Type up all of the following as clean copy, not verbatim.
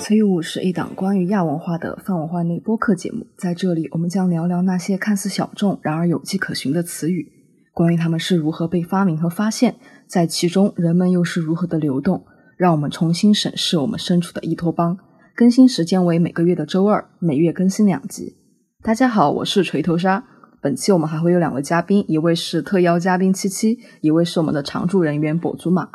词语物是一档关于亚文化的泛文化内播客节目，在这里我们将聊聊那些看似小众然而有迹可循的词语，关于它们是如何被发明和发现，在其中人们又是如何的流动，让我们重新审视我们身处的伊托邦。更新时间为每个月的周二，每月更新2集。大家好，我是锤头鲨。本期我们还会有2位嘉宾，一位是特邀嘉宾七七，一位是我们的常驻人员跛足马。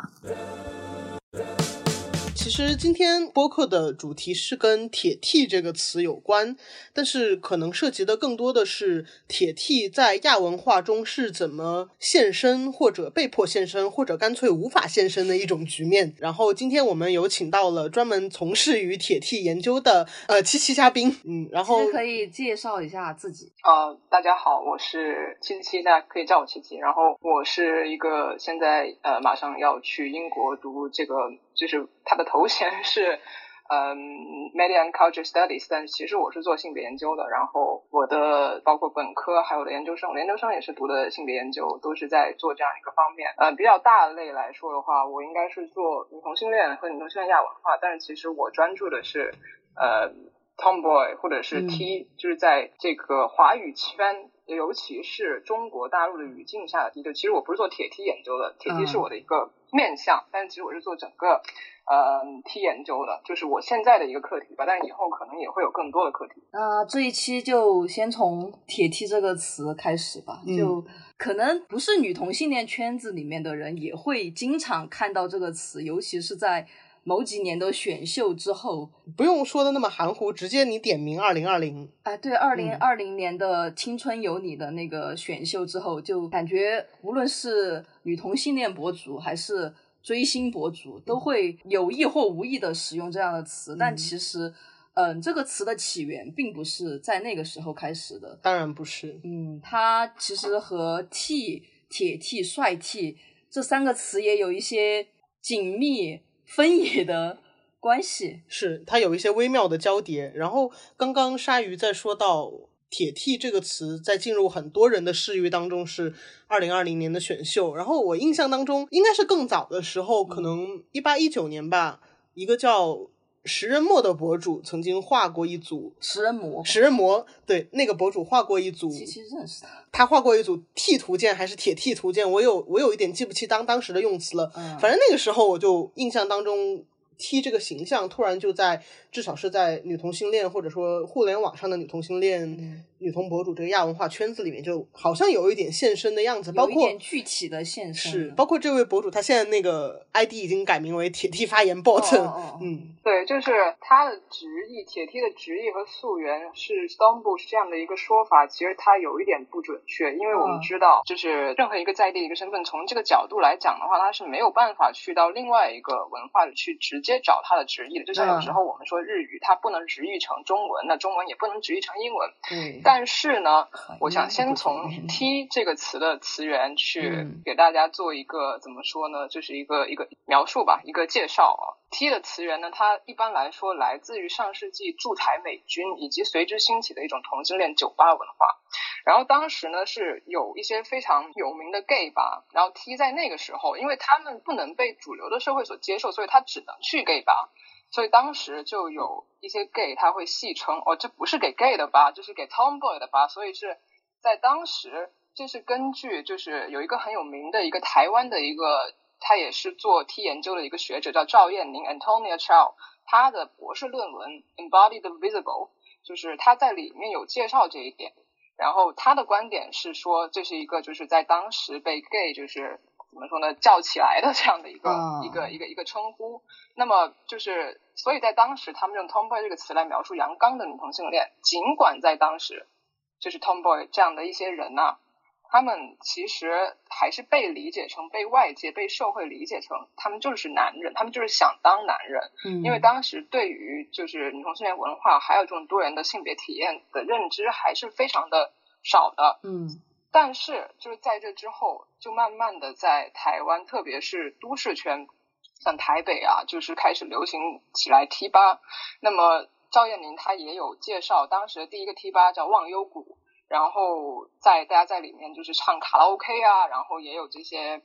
其实今天播客的主题是跟铁 T 这个词有关，但是可能涉及的更多的是铁 T 在亚文化中是怎么现身，或者被迫现身，或者干脆无法现身的一种局面。然后今天我们有请到了专门从事于铁 T 研究的七七嘉宾，然后其实可以介绍一下自己。 大家好，我是七七，大家可以叫我七七。然后我是一个现在马上要去英国读这个，就是他的头衔是Media and Culture Studies， 但是其实我是做性别研究的。然后我的包括本科还有我的研究生也是读的性别研究，都是在做这样一个方面。比较大类来说的话，我应该是做女同性恋和女同性恋亚文化，但是其实我专注的是Tomboy 或者是 T，就是在这个华语圈，尤其是中国大陆的语境下的 T。就其实我不是做铁 T 研究的，铁 T 是我的一个面向，但是其实我是做整个T 研究的，就是我现在的一个课题吧，但是以后可能也会有更多的课题。 那这一期就先从铁 T 这个词开始吧。就可能不是女同性恋圈子里面的人也会经常看到这个词，尤其是在某几年的选秀之后。 不用说的那么含糊，直接你点名2020。 对，2020年的青春有你的那个选秀之后，就感觉无论是女同性恋博主还是追星博主都会有意或无意的使用这样的词，但其实这个词的起源并不是在那个时候开始的。 当然不是。 它其实和 T、铁 T、帅 T 这3个词也有一些紧密分野的关系， 是它有一些微妙的交叠。然后刚刚鲨鱼在说到铁 T 这个词在进入很多人的视域当中是2020年的选秀，然后我印象当中应该是更早的时候，可能18、19年吧，一个叫食人魔的博主曾经画过一组食人魔， 对，那个博主画过一组， 其实认识他画过一组 T 图鉴还是铁 T 图鉴，我有一点记不清当时的用词了。反正那个时候我就印象当中 T 这个形象突然就在至少是在女同性恋或者说互联网上的女同性恋女同博主这个亚文化圈子里面，就好像有一点现身的样子，包括有一点具体的现身。 是，包括这位博主他现在那个 ID 已经改名为铁 T 发言 bot。 对，就是他的直译，铁 T 的直译和溯源是 Stonebush 这样的一个说法，其实它有一点不准确，因为我们知道就是任何一个在地的一个身份，从这个角度来讲的话，它是没有办法去到另外一个文化去直接找它的直译的。就像有时候我们说日语它不能直译成中文，那中文也不能直译成英文。但是呢，我想先从 T 这个词的词源去给大家做一个怎么说呢，就是一个描述吧，一个介绍啊。T 的词源呢，它一般来说来自于上世纪驻台美军以及随之兴起的一种同性恋酒吧文化。然后当时呢是有一些非常有名的 gay 吧，然后 T 在那个时候因为他们不能被主流的社会所接受，所以他只能去 gay 吧，所以当时就有一些 gay 他会戏称这不是给 gay 的吧，这是给 tomboy 的吧。所以是在当时这是根据就是有一个很有名的一个台湾的一个他也是做 T 研究的一个学者叫赵燕宁 Antonia Chow， 他的博士论文 Embodied Visible， 就是他在里面有介绍这一点。然后他的观点是说这是一个就是在当时被 gay 就是怎么说呢叫起来的这样的一个称呼。那么就是所以在当时他们用 tomboy 这个词来描述阳刚的女同性恋，尽管在当时就是 tomboy 这样的一些人他们其实还是被理解成被外界被社会理解成他们就是男人，他们就是想当男人。因为当时对于就是女同性恋文化还有这种多元的性别体验的认知还是非常的少的。但是就是在这之后就慢慢的在台湾特别是都市圈像台北就是开始流行起来 T 吧。那么赵燕宁他也有介绍当时的第一个 T 吧叫忘忧谷， 然后大家在里面就是唱卡拉 OK 啊，然后也有这些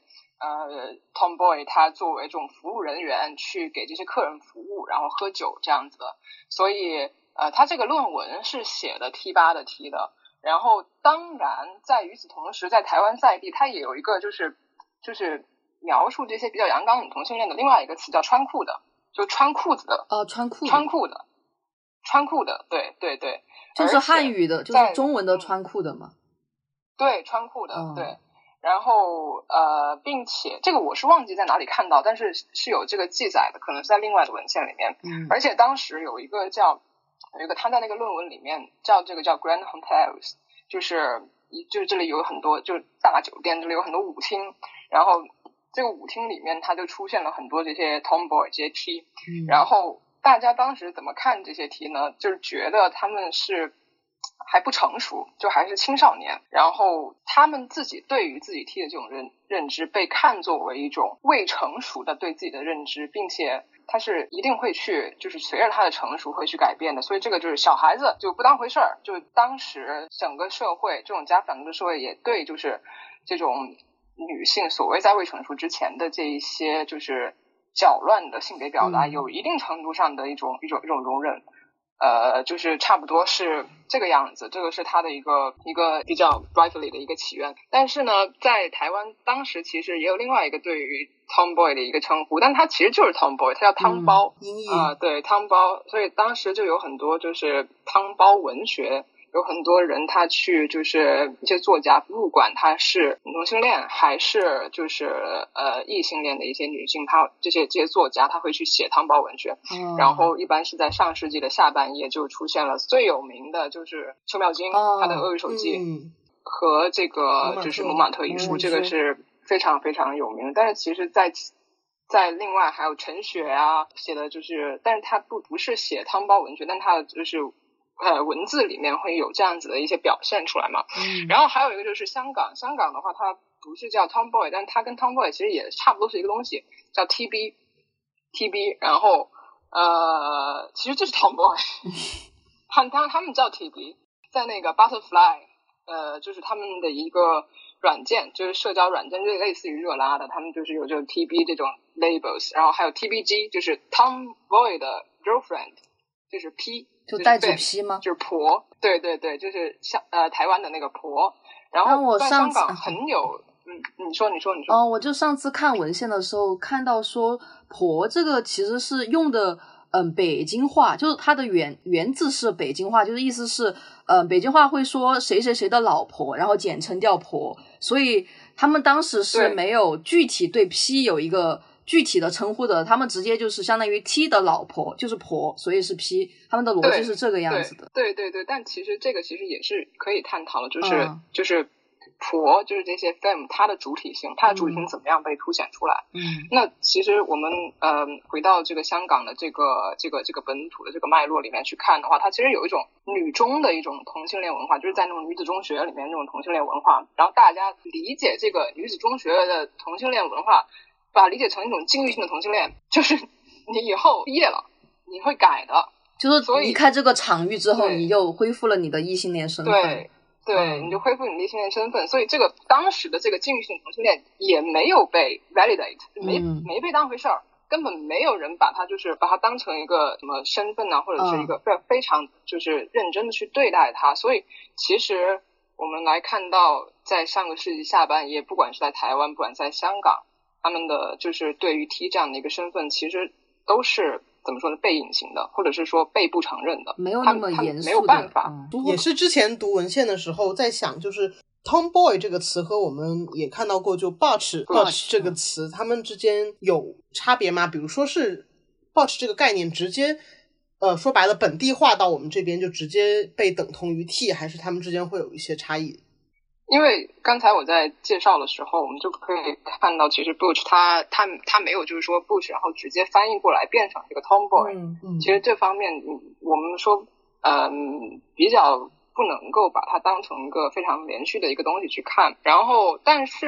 Tomboy 他作为这种服务人员去给这些客人服务，然后喝酒这样子的。所以他这个论文是写的 T8 的 T 的。然后当然在与此同时，在台湾在地他也有一个就是描述这些比较阳刚女同性恋的另外一个词叫穿裤的，就穿裤子的穿裤的，对对对， 就是汉语的，就是中文的穿裤的嘛。 对，穿裤的，对。然后并且这个我是忘记在哪里看到，但是是有这个记载的，可能是在另外的文献里面。而且当时有一个他在那个论文里面叫 Grand Hotels， 就是这里有很多就是大酒店，这里有很多舞厅，然后这个舞厅里面它就出现了很多这些 Tomboy 这些 T，然后大家当时怎么看这些 T 呢？就是觉得他们是还不成熟，就还是青少年，然后他们自己对于自己 T 的这种认知被看作为一种未成熟的对自己的认知，并且他是一定会去就是随着他的成熟会去改变的，所以这个就是小孩子就不当回事儿。就当时整个社会这种家反的社会也对就是这种女性所谓在未成熟之前的这一些就是搅乱的性别表达有一定程度上的一种容忍。就是差不多是这个样子，这个是他的一个比较 brightly 的一个起源。但是呢，在台湾当时其实也有另外一个对于 Tomboy 的一个称呼，但他其实就是 Tomboy， 他叫汤包， 音译对，汤包，所以当时就有很多就是汤包文学。有很多人他去就是一些作家，不管他是同性恋还是就是异性恋的一些女性，他这些作家他会去写汤包文学。然后一般是在上世纪的下半叶就出现了最有名的就是邱妙津，他的《鳄鱼手记》和这个就是《蒙马特遗书》，这个是非常非常有名的。但是其实在另外还有陈雪啊写的就是，但是他不是写汤包文学，但他的就是文字里面会有这样子的一些表现出来嘛。然后还有一个就是香港的话，它不是叫 Tomboy， 但它跟 Tomboy 其实也差不多是一个东西，叫 TB， 然后其实这是 Tomboy， 他们叫 TB， 在那个 Butterfly， 就是他们的一个软件，就是社交软件，就类似于热拉的，他们就是有这种 TB 这种 labels， 然后还有 TBG， 就是 Tomboy 的 girlfriend， 就是 P。 就带着 P 吗？ 就是婆，对对对，就是台湾的那个婆。然后在香港很有，你说。 我就上次看文献的时候看到说，婆这个其实是用的北京话，就是它的原字是北京话，就是意思是北京话会说谁谁谁的老婆，然后简称叫婆，所以他们当时是没有具体对 P 有一个具体的称呼的，他们直接就是相当于 T 的老婆就是婆，所以是 P， 他们的逻辑是这个样子的。 对，但其实这个其实也是可以探讨的，就是婆就是这些 femme 它的主体性怎么样被凸显出来。那其实我们回到这个香港的这个本土的这个脉络里面去看的话，它其实有一种女中的一种同性恋文化，就是在那种女子中学里面那种同性恋文化，然后大家理解这个女子中学的同性恋文化，把它理解成一种禁欲性的同性恋，就是你以后毕业了你会改的， 就是离开这个场域之后你就恢复了你的异性恋身份。 对，你就恢复你的异性恋身份，所以这个当时的这个禁欲性同性恋也没有被 validate， 没被当回事儿，根本没有人把它当成一个什么身份啊，或者是一个非常就是认真的去对待它。所以其实我们来看到在上个世纪下半叶，不管是在台湾不管在香港，他们的就是对于 T 这样的一个身份其实都是怎么说呢，被隐形的，或者是说被不承认的， 没有那么严肃的， 没有办法。 也是之前读文献的时候在想，就是 Tomboy 这个词和我们也看到过就 Butch 这个词，他们之间有差别吗？比如说是 Butch 这个概念直接说白了本地化到我们这边就直接被等同于 T， 还是他们之间会有一些差异？ 因为刚才我在介绍的时候，我们就可以看到，其实 Butch 他没有就是说 Butch 然后直接翻译过来变成这个 Tomboy，其实这方面我们说比较不能够把它当成一个非常连续的一个东西去看。然后但是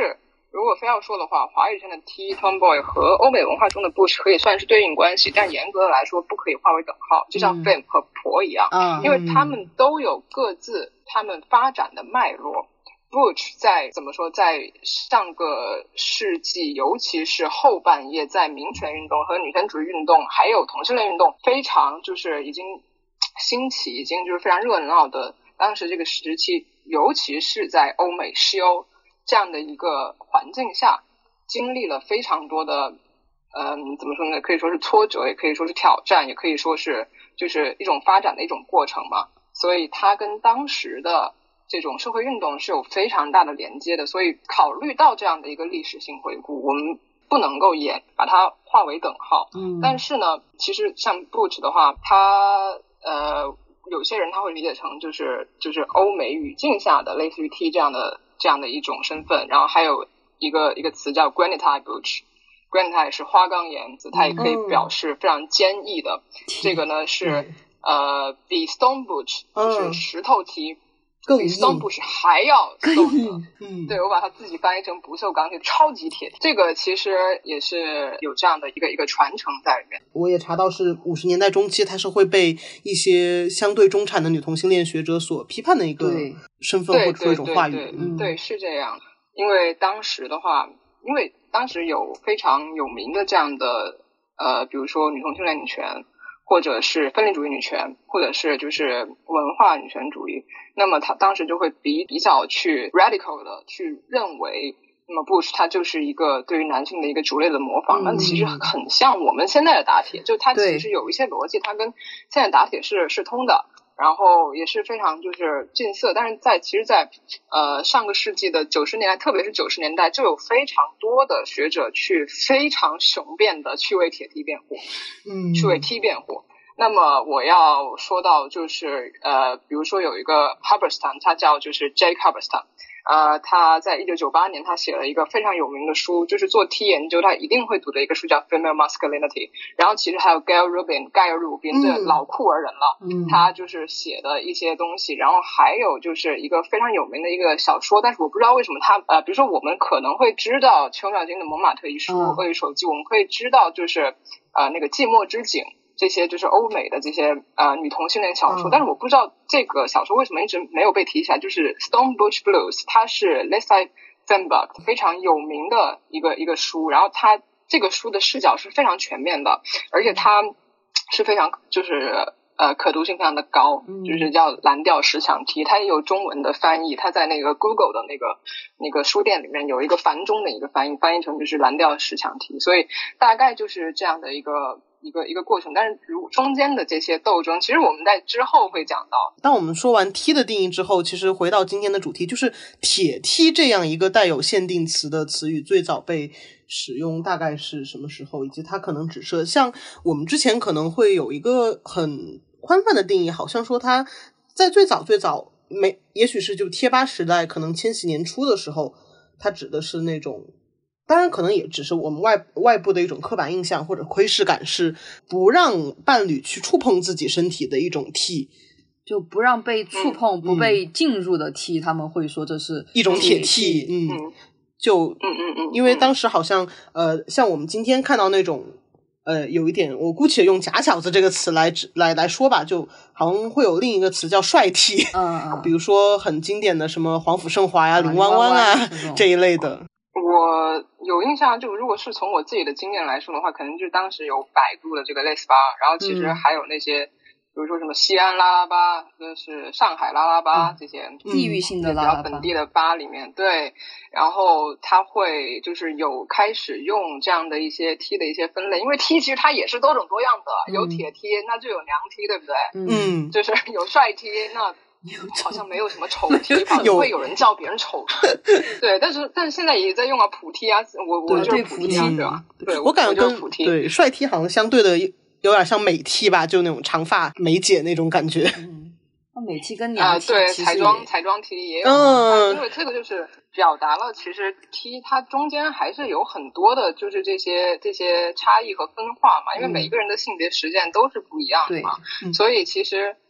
如果非要说的话，华语圈的 T Tomboy 和欧美文化中的 Butch 可以算是对应关系，但严格的来说不可以划为等号，就像 Femme 和婆一样，因为他们都有各自他们发展的脉络。Butch 在怎么说，在上个世纪，尤其是后半叶，在民权运动和女权主义运动还有同性恋运动非常就是已经兴起，已经就是非常热闹的当时这个时期，尤其是在欧美西欧这样的一个环境下，经历了非常多的怎么说呢，可以说是挫折，也可以说是挑战，也可以说是就是一种发展的一种过程嘛。所以它跟当时的这种社会运动是有非常大的连接的，所以考虑到这样的一个历史性回顾，我们不能够也把它划为等号。但是呢，其实像 Butch 的话，他有些人他会理解成就是欧美语境下的类似于 T 这样的一种身份，然后还有一个词叫 Granite Butch。Granite 也是花岗岩字，它也可以表示非常坚毅的。这个呢是比 Stone Butch 就是石头 T，比 Stone Butch 还要 stone 的。对，我把它自己翻译成不锈钢铁，超级铁。这个其实也是有这样的一个传承在里面。 我也查到是50年代中期，它是会被一些相对中产的女同性恋学者所批判的一个身份或者说一种话语。 对，是这样。因为当时的话，因为当时有非常有名的这样的比如说女同性恋女权，或者是分离主义女权，或者是就是文化女权主义，那么他当时就会比较去 radical 的去认为，那么 Butch 他就是一个对于男性的一个逐类的模仿，那其实很像我们现在的打铁，就它其实有一些逻辑，它跟现在打铁是通的，然后也是非常就是近似，但是其实在上个世纪的90年代，特别是90年代，就有非常多的学者去非常雄辩的去为铁 T 辩护，去为 T 辩护。那么我要说到就是比如说有一个 Halberstam， 他叫就是 Jake Halberstam，他在1998年他写了一个非常有名的书，就是做 T 研究他一定会读的一个书叫 Female Masculinity。然后其实还有 Gail Rubin 盖尔鲁宾，这老酷儿人了，他就是写的一些东西。然后还有就是一个非常有名的一个小说，但是我不知道为什么他比如说我们可能会知道邱妙金的《蒙马特遗书》《鳄鱼手记》，我们可以知道就是那个寂寞之井，这些就是欧美的这些女同性恋小说，但是我不知道这个小说为什么一直没有被提起来。就是 Stone Butch Blues， 它是 Leslie Fembach 非常有名的一个书，然后它这个书的视角是非常全面的，而且它是非常就是可读性非常的高，就是叫蓝调十强 T， 它也有中文的翻译，它在那个 Google 的那个书店里面有一个繁中的一个翻译成就是蓝调十强 T， 所以大概就是这样的一个过程。但是如中间的这些斗争，其实我们在之后会讲到。 当我们说完 T 的定义之后，其实回到今天的主题，就是铁 T 这样一个带有限定词的词语最早被使用大概是什么时候，以及它可能指涉像我们之前可能会有一个很宽泛的定义，好像说它在最早也许是就贴吧时代，可能千禧年初的时候，它指的是那种，当然可能也只是我们外部的一种刻板印象或者窥视感，是不让伴侣去触碰自己身体的一种 T， 就不让被触碰不被进入的 T， 他们会说这是一种铁 T。因为当时好像像我们今天看到那种有一点，我姑且用假小子这个词来说吧，就好像会有另一个词叫帅 T， 比如说很经典的什么黄甫盛华呀、林湾湾啊这一类的。 我有印象，就如果是从我自己的经验来说的话，可能就是当时有百度的这个类似吧，然后其实还有那些比如说什么西安拉拉吧，就是上海拉拉吧，这些地域性的拉拉吧， 本地的吧里面，对，然后他会就是有开始用这样的一些 T 的一些分类，因为 T 其实它也是多种多样的，有铁 T 那就有娘 T， 对不对？就是有帅 T， 那好像没有什么丑 T， 不会有人叫别人丑。对，但是现在也在用啊，普 T 啊，我就是普 T 啊，对吧？对， 我感觉跟普 T， 对帅 T 好像相对的有点像美 T 吧，就那种长发美姐那种感觉。 美 T 跟娘 T 对，彩妆 T 也有，因为这个就是表达了其实 T 它中间还是有很多的就是这些差异和分化嘛，因为每一个人的性别实践都是不一样的嘛，所以其实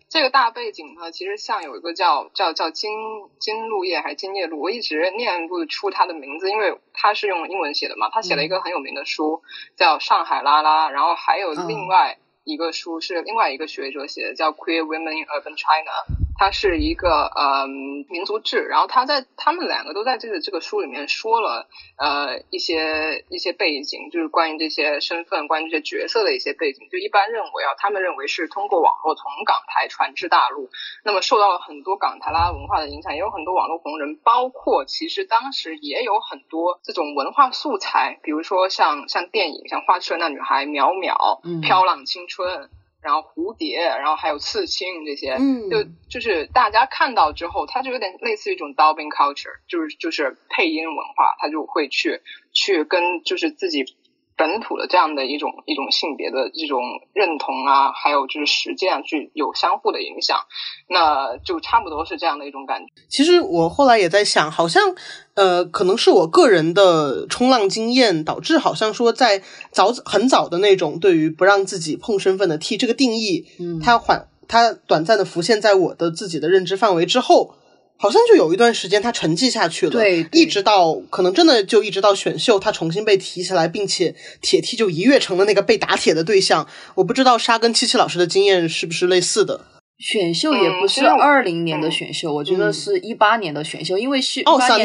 这个大背景呢，其实像有一个叫金鹿叶还是金叶鹿，我一直念不出他的名字，因为他是用英文写的嘛。他写了一个很有名的书叫《上海拉拉》，然后还有另外一个书是另外一个学者写的，叫《Queer Women in Urban China》。它是一个民族志，然后他们两个都在这个书里面说了一些背景，就是关于这些身份、关于这些角色的一些背景。就一般认为他们认为是通过网络从港台传至大陆，那么受到了很多港台拉文化的影响，也有很多网络红人，包括其实当时也有很多这种文化素材，比如说像电影，像花痴的那女孩、淼淼、飘浪青春。然后蝴蝶，然后还有刺青这些，就是大家看到之后，它就有点类似于一种 dubbing culture， 就是配音文化，它就会去跟就是自己本土的这样的一种性别的这种认同啊，还有就是实践去有相互的影响，那就差不多是这样的一种感觉。 其实我后来也在想，好像可能是我个人的冲浪经验导致，好像说在很早的那种对于不让自己碰身份的 T 这个定义，它短暂的浮现在我的自己的认知范围之后，好像就有一段时间它沉寂下去了， 对， 一直到可能真的就一直到选秀它重新被提起来，并且铁 T 就一跃成了那个被打铁的对象。我不知道沙跟七七老师的经验是不是类似的。 选秀也不是20年的选秀，我觉得是18年的选秀，因为是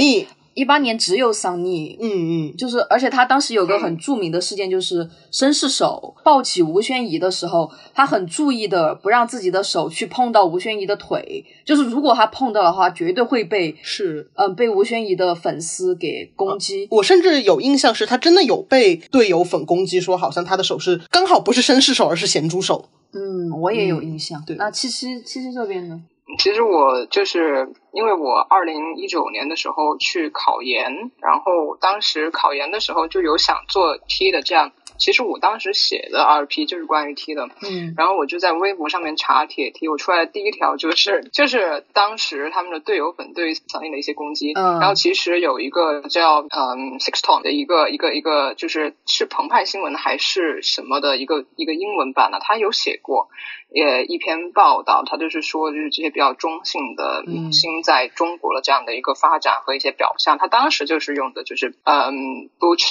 18年只有桑尼，就是而且他当时有个很著名的事件，就是绅士手抱起吴宣仪的时候，他很注意的不让自己的手去碰到吴宣仪的腿，就是如果他碰到的话，绝对会被吴宣仪的粉丝给攻击。 我甚至有印象是他真的有被队友粉攻击，说好像他的手是刚好不是绅士手，而是咸猪手。 我也有印象。 对， 那七七这边呢？ 其实我就是因为我2019年的时候去考研，然后当时考研的时候就有想做 T 的这样，其实我当时写的 RP 就是关于 T 的，然后我就在微博上面查铁 T， 我出来的第一条就是当时他们的队友粉对小令的一些攻击，然后其实有一个叫Sixton 的一个就是澎湃新闻还是什么的一个英文版的，他有写过一篇报道，他就是说就是这些比较中性的明星在中国的这样的一个发展和一些表象，他当时就是用的就是Butch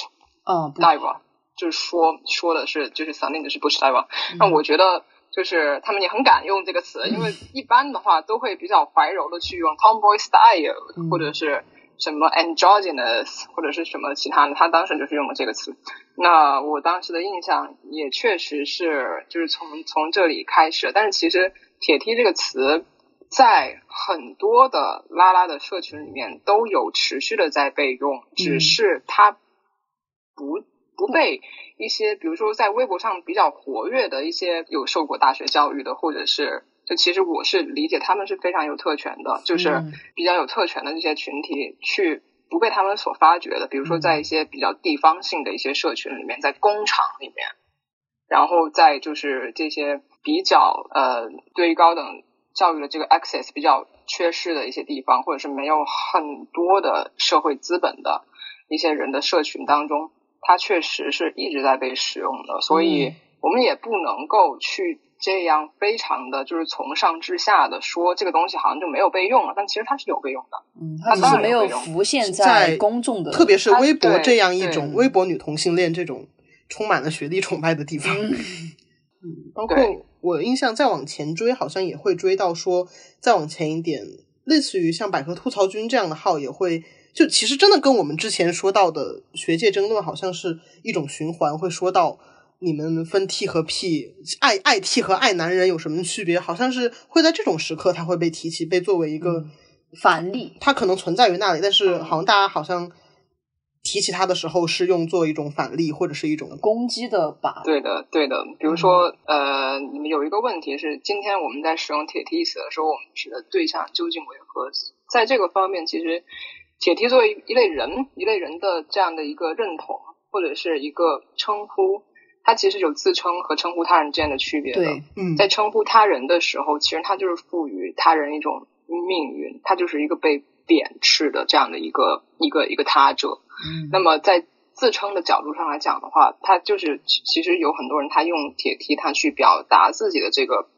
Diva， 就是说的是就是嗓音的是 Butch Diva， 那我觉得就是他们也很敢用这个词，因为一般的话都会比较怀柔的去用 Tomboy Style，或者是什么 androgynous 或者是什么其他的，他当时就是用了这个词。那我当时的印象也确实是就是从这里开始，但是其实铁 T 这个词在很多的拉拉的社群里面都有持续的在被用，只是它不被一些比如说在微博上比较活跃的一些有受过大学教育的，或者是就其实我是理解他们是非常有特权的，就是比较有特权的这些群体去不被他们所发掘的，比如说在一些比较地方性的一些社群里面，在工厂里面，然后在就是这些比较对于高等教育的这个 access 比较缺失的一些地方，或者是没有很多的社会资本的一些人的社群当中，它确实是一直在被使用的，所以我们也不能够去这样非常的就是从上至下的说这个东西好像就没有被用了，但其实它是有被用的， 它只是没有浮现在公众的， 特别是微博这样一种微博女同性恋这种充满了学历崇拜的地方。包括我印象再往前追，好像也会追到说再往前一点，类似于像百合吐槽君这样的号也会，就其实真的跟我们之前说到的学界争论好像是一种循环，会说到你们分 T 和 P， 爱 T 和爱男人有什么区别，好像是会在这种时刻它会被提起，被作为一个反例， 它可能存在于那里，但是好像大家好像提起它的时候是用作一种反例或者是一种攻击的吧。 对的比如说你们有一个问题是今天我们在使用铁 T 词的时候，我们指的对象究竟为何，在这个方面其实铁 T 作为一类人的这样的一个认同或者是一个称呼，它其实有自称和称呼他人之间的区别的。 对， 在称呼他人的时候，其实他就是赋予他人一种命运，他就是一个被贬斥的这样的一个他者。那么在自称的角度上来讲的话，他就是其实有很多人他用铁 T 他去表达自己的这个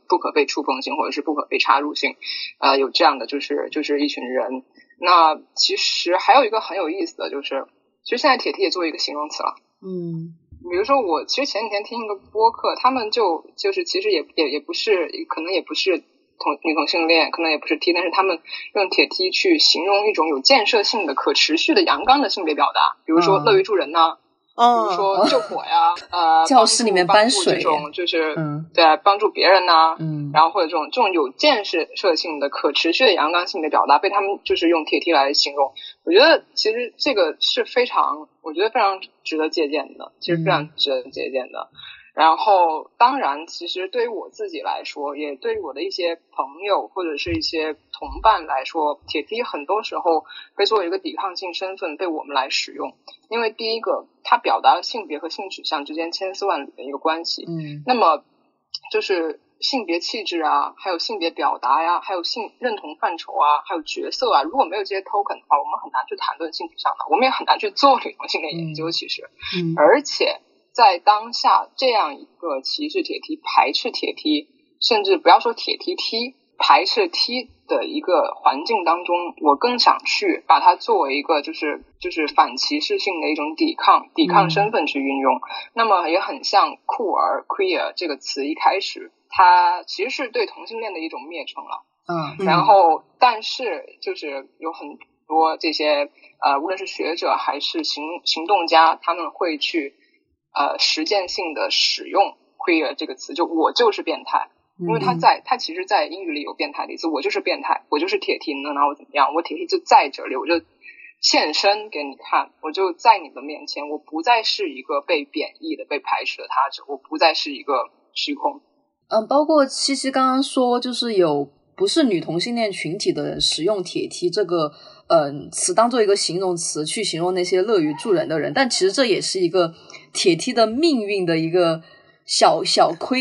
不可被触碰性或者是不可被插入性，有这样的就是一群人。那其实还有一个很有意思的就是，其实现在铁 T 也作为一个形容词了。比如说我其实前几天听一个播客，他们就是其实也不是，可能也不是女同性恋，可能也不是 T， 但是他们用铁 T 去形容一种有建设性的可持续的阳刚的性别表达，比如说乐于助人呐，比如说救火呀， 教室里面搬水这种就是对啊，帮助别人呐，然后或者这种有建设性的可持续的阳刚性的表达被他们就是用铁 T 来形容。我觉得其实这个是我觉得非常值得借鉴的，其实非常值得借鉴的。然后当然其实对于我自己来说，也对于我的一些朋友或者是一些同伴来说，铁 T 很多时候被作为一个抵抗性身份被我们来使用。因为第一个，它表达了性别和性取向之间千丝万缕的一个关系。那么就是性别气质啊，还有性别表达呀，还有性认同范畴啊，还有角色啊，如果没有这些 token 的话，我们很难去谈论性取向的，我们也很难去做女同性恋研究其实。而且在当下这样一个歧视铁 T、排斥铁 T， 甚至不要说铁 T 排斥 T 的一个环境当中，我更想去把它作为一个就是反歧视性的一种抵抗身份去运用。那么也很像酷儿 queer 这个词一开始它其实是对同性恋的一种蔑称了。然后但是就是有很多这些无论是学者还是行动家，他们会去实践性的使用 queer 这个词，就我就是变态。因为它其实在英语里有变态的意思，我就是变态，我就是铁 T， 能拿我怎么样？我铁 T 就在这里，我就现身给你看，我就在你的面前，我不再是一个被贬义的被排斥的他者，我不再是一个虚空。 包括七七刚刚说就是有不是女同性恋群体的人使用铁 T 这个词当做一个形容词去形容那些乐于助人的人，但其实这也是一个铁 T 的命运的一个小的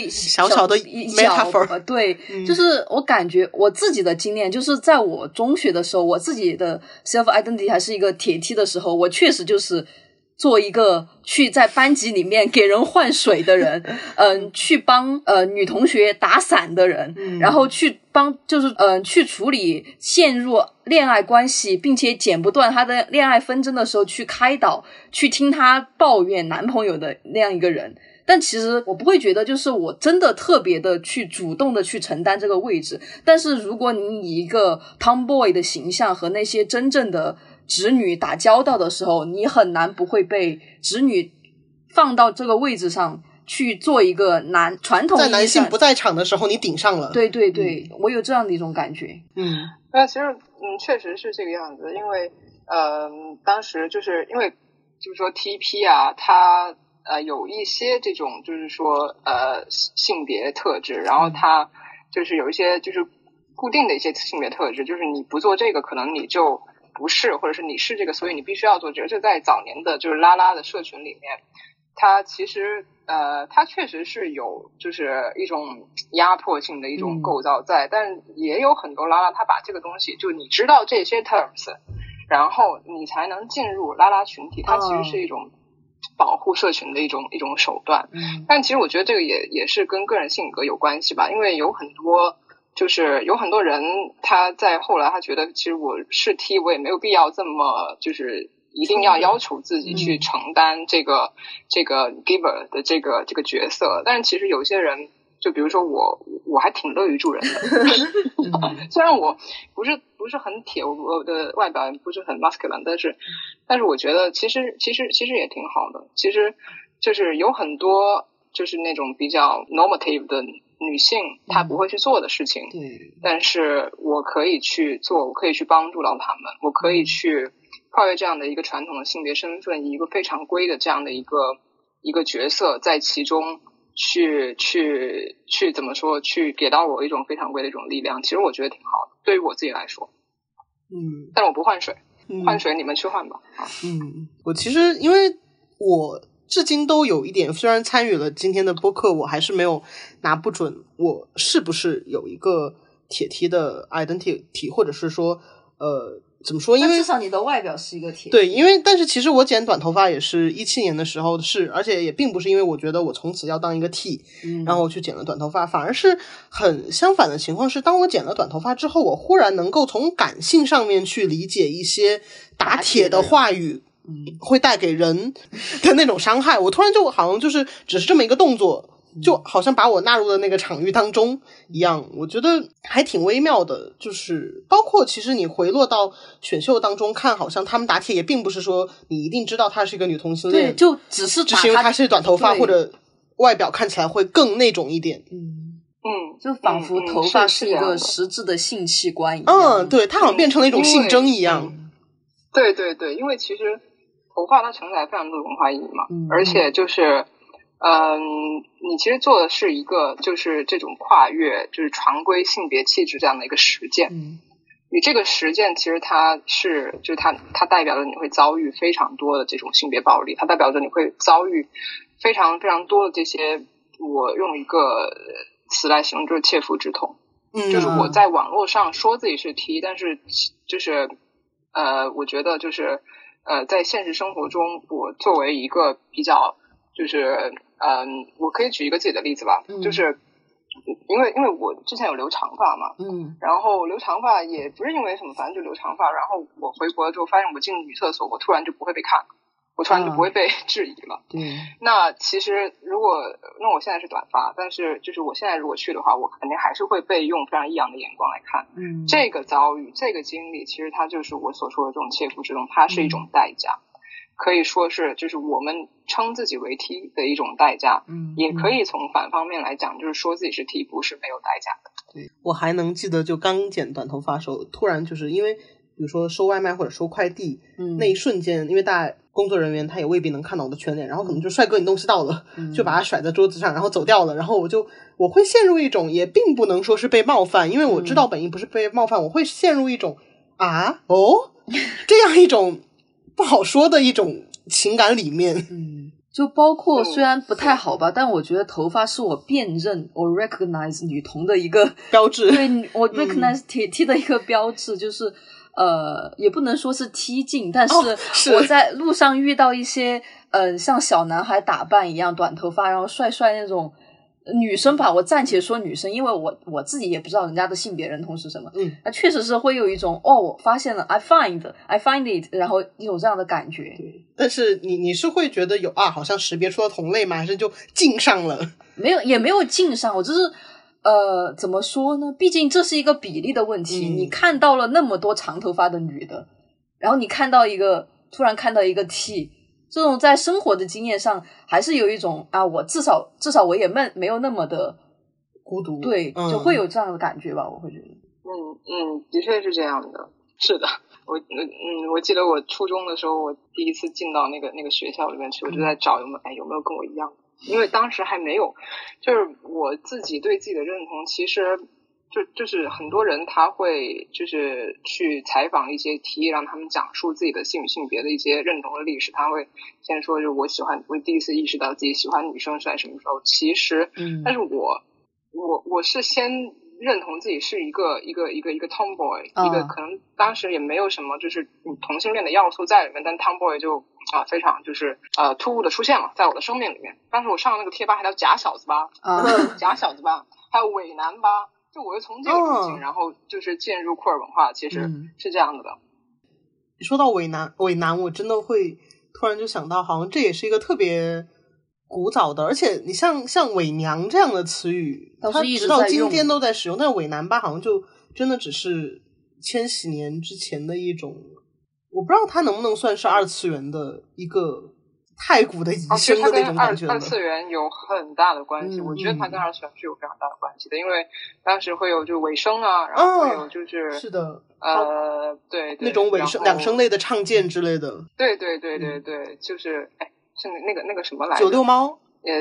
metaphor。 对，就是我感觉我自己的经验就是在我中学的时候，我自己的 self identity 还是一个铁 T 的时候，我确实就是做一个去在班级里面给人换水的人去帮女同学打伞的人，然后去帮就是去处理陷入恋爱关系并且剪不断她的恋爱纷争的时候去开导，去听她抱怨男朋友的那样一个人。但其实我不会觉得就是我真的特别的去主动的去承担这个位置，但是如果你以一个 tomboy 的形象和那些真正的直女打交道的时候，你很难不会被直女放到这个位置上去做一个传统意义上在男性不在场的时候你顶上了。 对对对，我有这样的一种感觉。 那其实确实是这个样子，因为当时就是因为就是说 TP 啊，它有一些这种就是说性别特质，然后它就是有一些就是固定的一些性别特质，就是你不做这个可能你就不是，或者是你是这个所以你必须要做这个。这在早年的就是拉拉的社群里面，它其实它确实是有就是一种压迫性的一种构造在，但也有很多拉拉他把这个东西就你知道这些 terms， 然后你才能进入拉拉群体，它其实是一种保护社群的一种手段。但其实我觉得这个也是跟个人性格有关系吧，因为有很多人他在后来他觉得其实我是 T， 我也没有必要这么就是一定要求自己去承担这个 giver 的这个角色。但是其实有些人就比如说我还挺乐于助人的虽然我不是很铁，我的外表不是很 masculine， 但是我觉得其实也挺好的。其实就是有很多就是那种比较 normative 的女性她不会去做的事情，但是我可以去做，我可以去帮助到她们，我可以去跨越这样的一个传统的性别身份，以一个非常规的这样的一个角色在其中去怎么说，去给到我一种非常规的一种力量。其实我觉得挺好的，对于我自己来说。但我不换水，换水你们去换吧。 我其实因为我至今都有一点，虽然参与了今天的播客，我还是没有拿不准我是不是有一个铁 T 的 identity， 或者是说怎么说？因为至少你的外表是一个铁。 对，因为但是其实我剪短头发也是17年的时候的事，而且也并不是因为我觉得我从此要当一个 T，然后我去剪了短头发，反而是很相反的情况是，当我剪了短头发之后，我忽然能够从感性上面去理解一些打铁的话语会带给人的那种伤害。我突然就好像就是只是这么一个动作，就好像把我纳入了那个场域当中一样，我觉得还挺微妙的。就是包括其实你回落到选秀当中看，好像他们打铁也并不是说你一定知道她是一个女同性恋， 对，就只是因为她是短头发或者外表看起来会更那种一点。 就仿佛头发是一个实质的性器官一样。 对，它好像变成了一种性征一样。 对对对，因为其实头发它承载非常多的文化意义嘛，而且就是你其实做的是一个就是这种跨越就是常规性别气质这样的一个实践。你这个实践其实它是就是它代表着你会遭遇非常多的这种性别暴力，它代表着你会遭遇非常非常多的这些，我用一个词来形容就是切肤之痛。就是我在网络上说自己是 T， 但是就是我觉得就是在现实生活中，我作为一个比较就是我可以举一个自己的例子吧，就是因为我之前有留长发嘛，然后留长发也不是因为什么，反正就留长发，然后我回国了之后发现我进女厕所，我突然就不会被看了，我突然就不会被质疑了。那其实那我现在是短发，但是就是我现在如果去的话，我肯定还是会被用非常异样的眼光来看。这个遭遇，这个经历，其实它就是我所说的这种切肤之痛，它是一种代价。可以说是就是我们称自己为 T 的一种代价，也可以从反方面来讲，就是说自己是 T 不是没有代价的。 对，我还能记得就刚剪短头发的时候，突然就是因为比如说收外卖或者收快递，那一瞬间因为大家工作人员他也未必能看到我的全脸，然后可能就帅哥你东西到了，就把它甩在桌子上然后走掉了，然后我会陷入一种也并不能说是被冒犯，因为我知道本意不是被冒犯，我会陷入一种这样一种不好说的一种情感里面。 就包括虽然不太好吧，但我觉得头发是我辨认我 recognize 女同的一个标志。 对，我 recognize T 的一个标志，就是也不能说是T镜，但是我在路上遇到一些像小男孩打扮一样短头发然后帅帅那种女生吧，我暂且说女生，因为我自己也不知道人家的性别认同是什么。确实是会有一种我发现了 I find it， 然后一种这样的感觉。 但是你是会觉得有好像识别出了同类吗？还是就敬上了？ 也没有敬上，我就是怎么说呢？毕竟这是一个比例的问题。你看到了那么多长头发的女的，然后你突然看到一个 T。这种在生活的经验上还是有一种我至少我也没有那么的孤独， 对，就会有这样的感觉吧，我会觉得。 的确是这样的，是的。我记得我初中的时候，我第一次进到那个学校里面去，我就在找有没有跟我一样的，因为当时还没有，就是我自己对自己的认同，其实就是很多人他会就是去采访一些 T， 让他们讲述自己的性别的一些认同的历史。他会先说就是我第一次意识到自己喜欢女生是在什么时候。其实，但是我是先认同自己是一个 tomboy， 一个可能当时也没有什么就是同性恋的要素在里面，但 tomboy 就非常就是突兀的出现了在我的生命里面。当时我上那个贴吧还叫假小子吧，假小子吧，还有伪男吧。就我从这个途径，然后就是进入酷儿文化，其实是这样的。 说到伪男，我真的会突然就想到，好像这也是一个特别古早的，而且你像伪娘这样的词语，它直到今天都在使用，但是伪男吧好像就真的只是千禧年之前的一种，我不知道它能不能算是二次元的一个太古的遗生的那种感觉了。 二次元有很大的关系，我觉得它跟二次元是有非常大的关系的，因为当时会有就尾声然后会有就是的对那种尾声两声类的唱剑之类的。 对，就是是那个什么来着？ 96猫。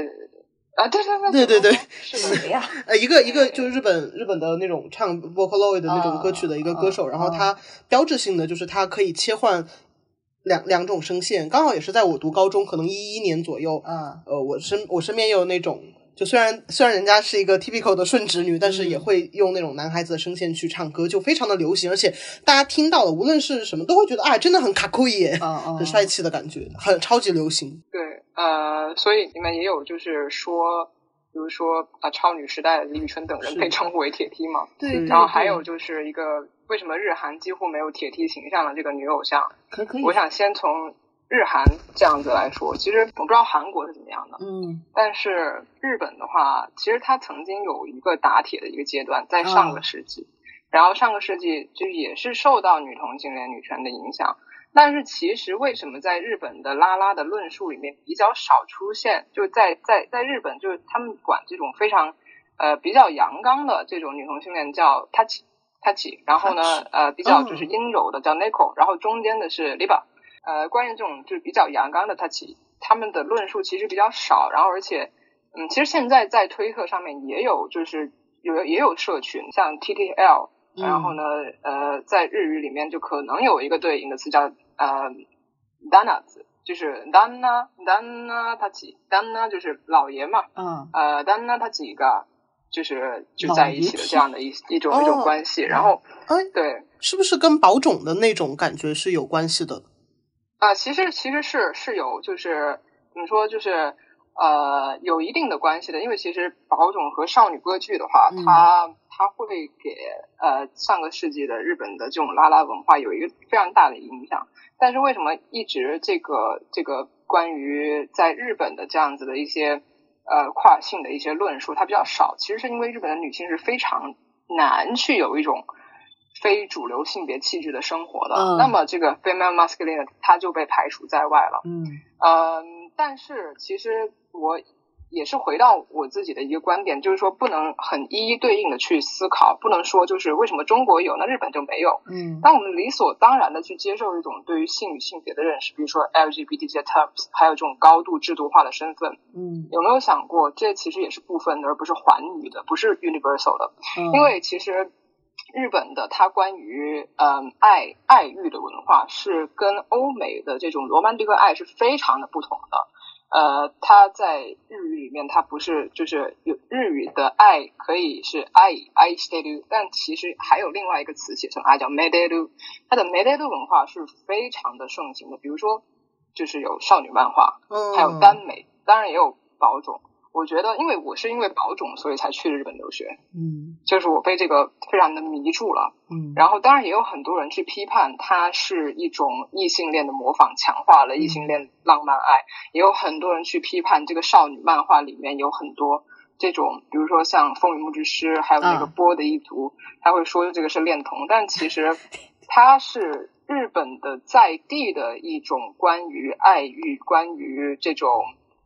对， 是谁呀？ 一个就是日本的那种唱 Vocaloid 的那种歌曲的一个歌手，然后他标志性的就是他可以切换两种声线，刚好也是在我读高中可能11年左右，我身边也有那种就虽然人家是一个 typical 的顺直女，但是也会用那种男孩子的声线去唱歌，就非常的流行，而且大家听到了无论是什么都会觉得真的很卡酷耶，很帅气的感觉，很超级流行。 对，所以你们也有就是说比如说超女时代的李宇春等人被称呼为铁 T 嘛， 对， 然后还有就是一个为什么日韩几乎没有铁 T 形象的这个女偶像， 可以， 我想先从日韩这样子来说，其实我不知道韩国是怎么样的，但是日本的话，其实它曾经有一个打铁的一个阶段，在上个世纪，然后上个世纪就也是受到女同性恋女权的影响，但是其实为什么在日本的拉拉的论述里面比较少出现，就在日本就是他们管这种非常比较阳刚的这种女同性恋叫 tachi， 然后呢比较就是阴柔的叫 neko， 然后中间的是 liba。关于这种就是比较阳刚的他们的论述其实比较少，然后而且其实现在在推特上面也有就是也有社群像 TTL，然后呢在日语里面就可能有一个对应的词叫dana 字，就是 dana tachi， dana 就是老爷嘛dana tachi が就在一起的这样的一种关系，然后对， 是不是跟宝冢的那种感觉是有关系的？ 其实是有，就是怎么说，就是有一定的关系的，因为其实宝冢和少女歌剧的话，它会给上个世纪的日本的这种拉拉文化有一个非常大的影响。但是为什么一直这个关于在日本的这样子的一些跨性的一些论述它比较少？其实是因为日本的女性是非常难去有一种非主流性别气质的生活的，那么这个 female masculine 它就被排除在外了。但是其实我也是回到我自己的一个观点，就是说不能很一一对应的去思考，不能说就是为什么中国有那日本就没有。当我们理所当然的去接受一种对于性与性别的认识，比如说 LGBT 这些 terms， 还有这种高度制度化的身份，有没有想过这其实也是部分的，而不是寰宇的，不是 universal 的。因为其实日本的它关于爱欲的文化是跟欧美的这种罗曼蒂克爱是非常的不同的。它在日语里面它不是就是有日语的爱可以是愛してる，但其实还有另外一个词写成愛叫めでる，它的めでる文化是非常的盛行的，比如说就是有少女漫画，还有耽美，当然也有宝冢。我觉得因为宝冢所以才去日本留学，就是我被这个非常的迷住了，然后当然也有很多人去批判它是一种异性恋的模仿，强化了异性恋浪漫爱，也有很多人去批判这个少女漫画里面有很多这种比如说像风雨木之诗还有那个波的一族，他会说这个是恋童，但其实它是日本的在地的一种关于爱欲关于这种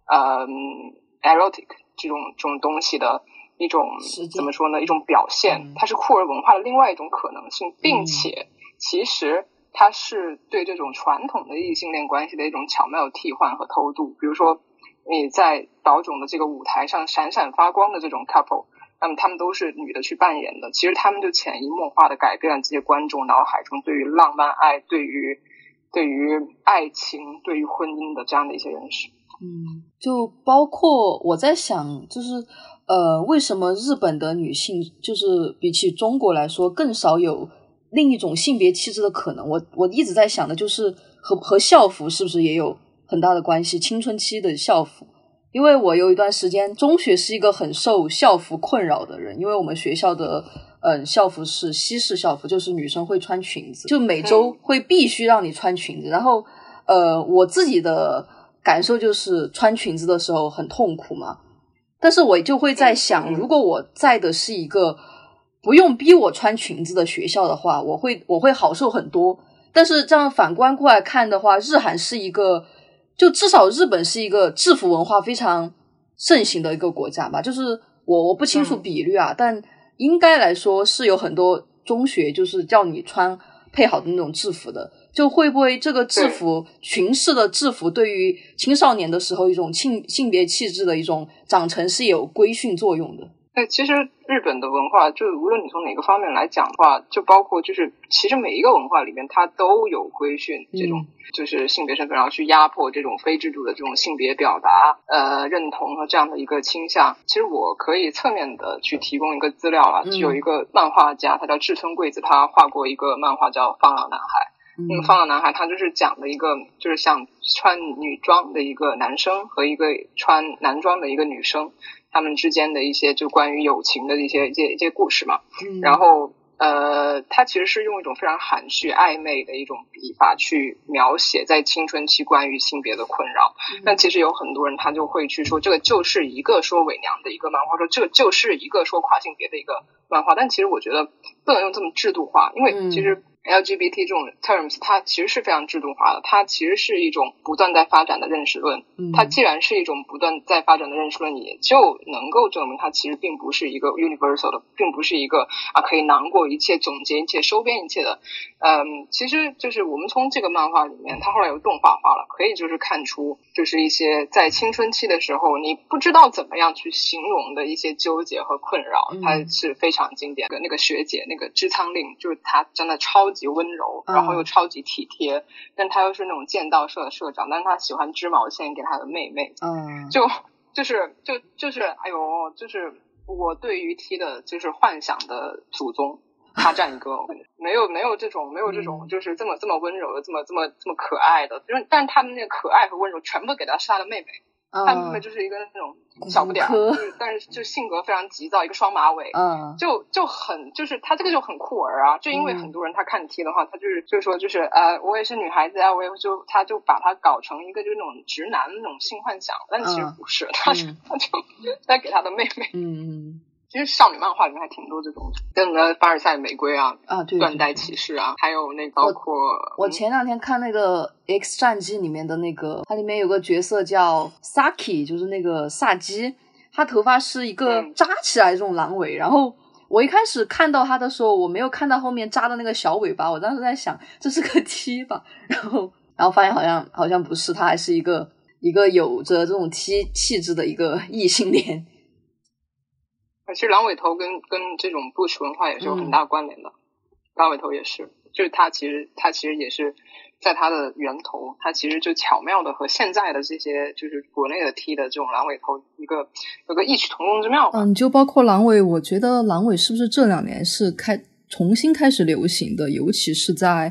erotic 这种东西的一种怎么说呢，一种表现，它是酷儿文化的另外一种可能性，并且其实它是对这种传统的异性恋关系的一种巧妙的替换和偷渡。比如说你在宝冢的这个舞台上闪闪发光的这种 couple， 那么他们都是女的去扮演的，其实他们就潜移默化的改变了这些观众脑海中对于浪漫爱对于爱情对于婚姻的这样的一些认识。 就包括我在想就是为什么日本的女性就是比起中国来说更少有另一种性别气质的可能，我一直在想的就是和校服是不是也有很大的关系，青春期的校服。因为我有一段时间中学是一个很受校服困扰的人，因为我们学校的校服是西式校服，就是女生会穿裙子，就每周会必须让你穿裙子，然后我自己的感受就是穿裙子的时候很痛苦嘛，但是我就会在想，如果我在的是一个不用逼我穿裙子的学校的话，我会好受很多。但是这样反观过来看的话，日韩是一个，就至少日本是一个制服文化非常盛行的一个国家吧，就是我不清楚比率啊，但应该来说是有很多中学就是叫你穿配好的那种制服的。就会不会这个制服裙式的制服对于青少年的时候一种性别气质的一种长成是有规训作用的？ 对，其实日本的文化，就无论你从哪个方面来讲的话，就包括就是其实每一个文化里面它都有规训这种就是性别身份，然后去压迫这种非制度的这种性别表达认同和这样的一个倾向。其实我可以侧面的去提供一个资料了，有一个漫画家，他叫志村贵子，他画过一个漫画叫《放浪男孩》。那个放浪男孩他就是讲的一个就是像穿女装的一个男生和一个穿男装的一个女生，他们之间的一些就关于友情的一些故事嘛。然后他其实是用一种非常含蓄暧昧的一种笔法去描写在青春期关于性别的困扰。但其实有很多人他就会去说这个就是一个说伪娘的一个漫画，说这个就是一个说跨性别的一个漫画。但其实我觉得不能用这么制度化，因为其实LGBT 这种 terms 它其实是非常制度化的，它其实是一种不断在发展的认识论。它既然是一种不断在发展的认识论，也就能够证明它其实并不是一个 universal 的，并不是一个可以囊括一切、总结一切、收编一切的。其实就是我们从这个漫画里面，它后来有动画化了，可以就是看出就是一些在青春期的时候你不知道怎么样去形容的一些纠结和困扰，它是非常经典的。那个学姐那个织仓令，就是她真的超级温柔，然后又超级体贴，但她又是那种剑道社的社长，但是她喜欢织毛线给她的妹妹。就是哎呦，就是我对于 T 的就是幻想的祖宗，他占一个。没有这种就是这么温柔的这么可爱的，就是但是他的那个可爱和温柔全部给他是他的妹妹。他妹妹就是一个那种小不点儿，但是就性格非常急躁，一个双马尾，就很就是他这个就很酷儿啊。就因为很多人他看 T 的话，他就是说就是我也是女孩子啊，他就把他搞成一个就是那种直男那种性幻想，但其实不是，他就在给他的妹妹。其实少女漫画里面还挺多这种，跟凡尔赛玫瑰对，断代骑士还有那个包括我前两天看那个 X 战记里面的那个，它里面有个角色叫 Saki， 就是那个萨基，他头发是一个扎起来这种狼尾，然后我一开始看到他的时候，我没有看到后面扎的那个小尾巴，我当时在想这是个 T 吧，然后发现好像不是，他还是一个有着这种 T 气质的一个异性恋。 其实狼尾头跟这种 Butch 文化也是有很大关联的，狼尾头也是，就是它其实也是在它的源头，它其实就巧妙的和现在的这些就是国内的 T 的这种狼尾头有个异曲同工之妙吧。 就包括狼尾，我觉得狼尾是不是这2年是重新开始流行的，尤其是在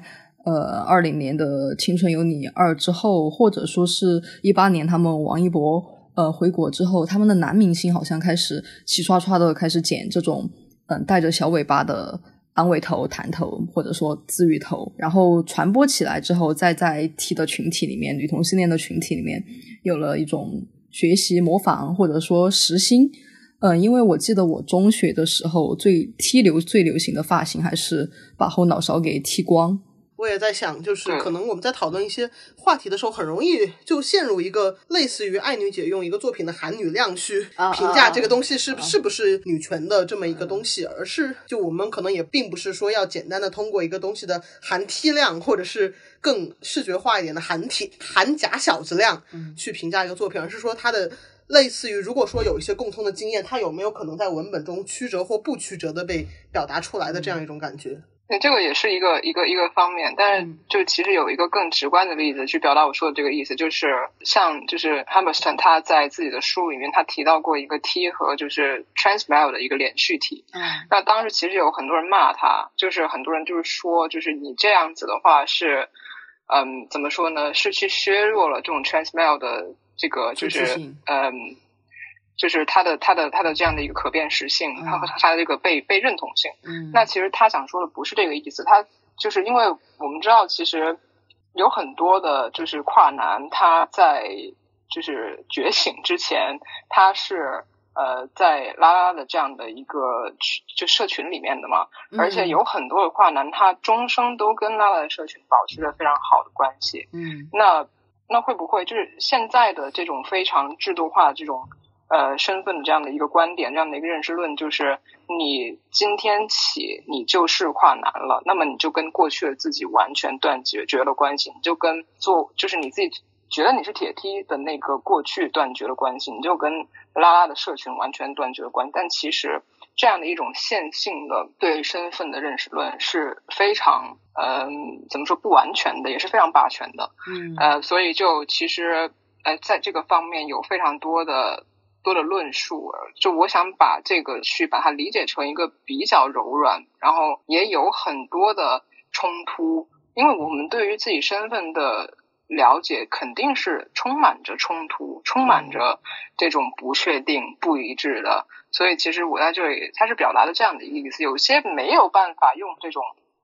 20年的《青春有你2》之后，或者说是18年他们王一博回国之后，他们的男明星好像开始齐刷刷的开始剪这种带着小尾巴的安尾头、弹头或者说自愈头，然后传播起来之后，再在 T 的群体里面，女同性恋的群体里面有了一种学习模仿或者说实心。因为我记得我中学的时候最流行的发型还是把后脑勺给剃光。 我也在想，就是可能我们在讨论一些话题的时候，很容易就陷入一个类似于爱女姐用一个作品的含女量去评价这个东西是不是女权的这么一个东西，而是就我们可能也并不是说要简单的通过一个东西的含 T 量，或者是更视觉化一点的含假小子量去评价一个作品，而是说它的类似于如果说有一些共通的经验，它有没有可能在文本中曲折或不曲折的被表达出来的这样一种感觉。 对，这个也是一个方面，但是就其实有一个更直观的例子去表达我说的这个意思，就是像就是 Hammerstone 他在自己的书里面他提到过一个 T 和就是 trans male 的一个连续体。那当时其实有很多人骂他，就是很多人就是说就是你这样子的话是怎么说呢，是去削弱了这种 trans male 的这个就是就是它的这样的一个可辨识性，它和它的这个被认同性。那其实他想说的不是这个意思，他就是因为我们知道其实有很多的就是跨男，他在就是觉醒之前，他是在拉拉的这样的一个就社群里面的嘛，而且有很多的跨男他终生都跟拉拉的社群保持着非常好的关系。那会不会就是现在的这种非常制度化的这种身份的这样的一个观点，这样的一个认识论，就是你今天起你就是跨男了，那么你就跟过去的自己完全断绝了关系，你就跟就是你自己觉得你是铁梯的那个过去断绝了关系，你就跟拉拉的社群完全断绝了关系。但其实这样的一种线性的对身份的认识论是非常怎么说不完全的，也是非常霸权的。所以就其实在这个方面有非常多的论述，就我想把这个去把它理解成一个比较柔软，然后也有很多的冲突，因为我们对于自己身份的了解肯定是充满着冲突，充满着这种不确定不一致的。所以其实我在这里它是表达的这样的意思，有些没有办法用这种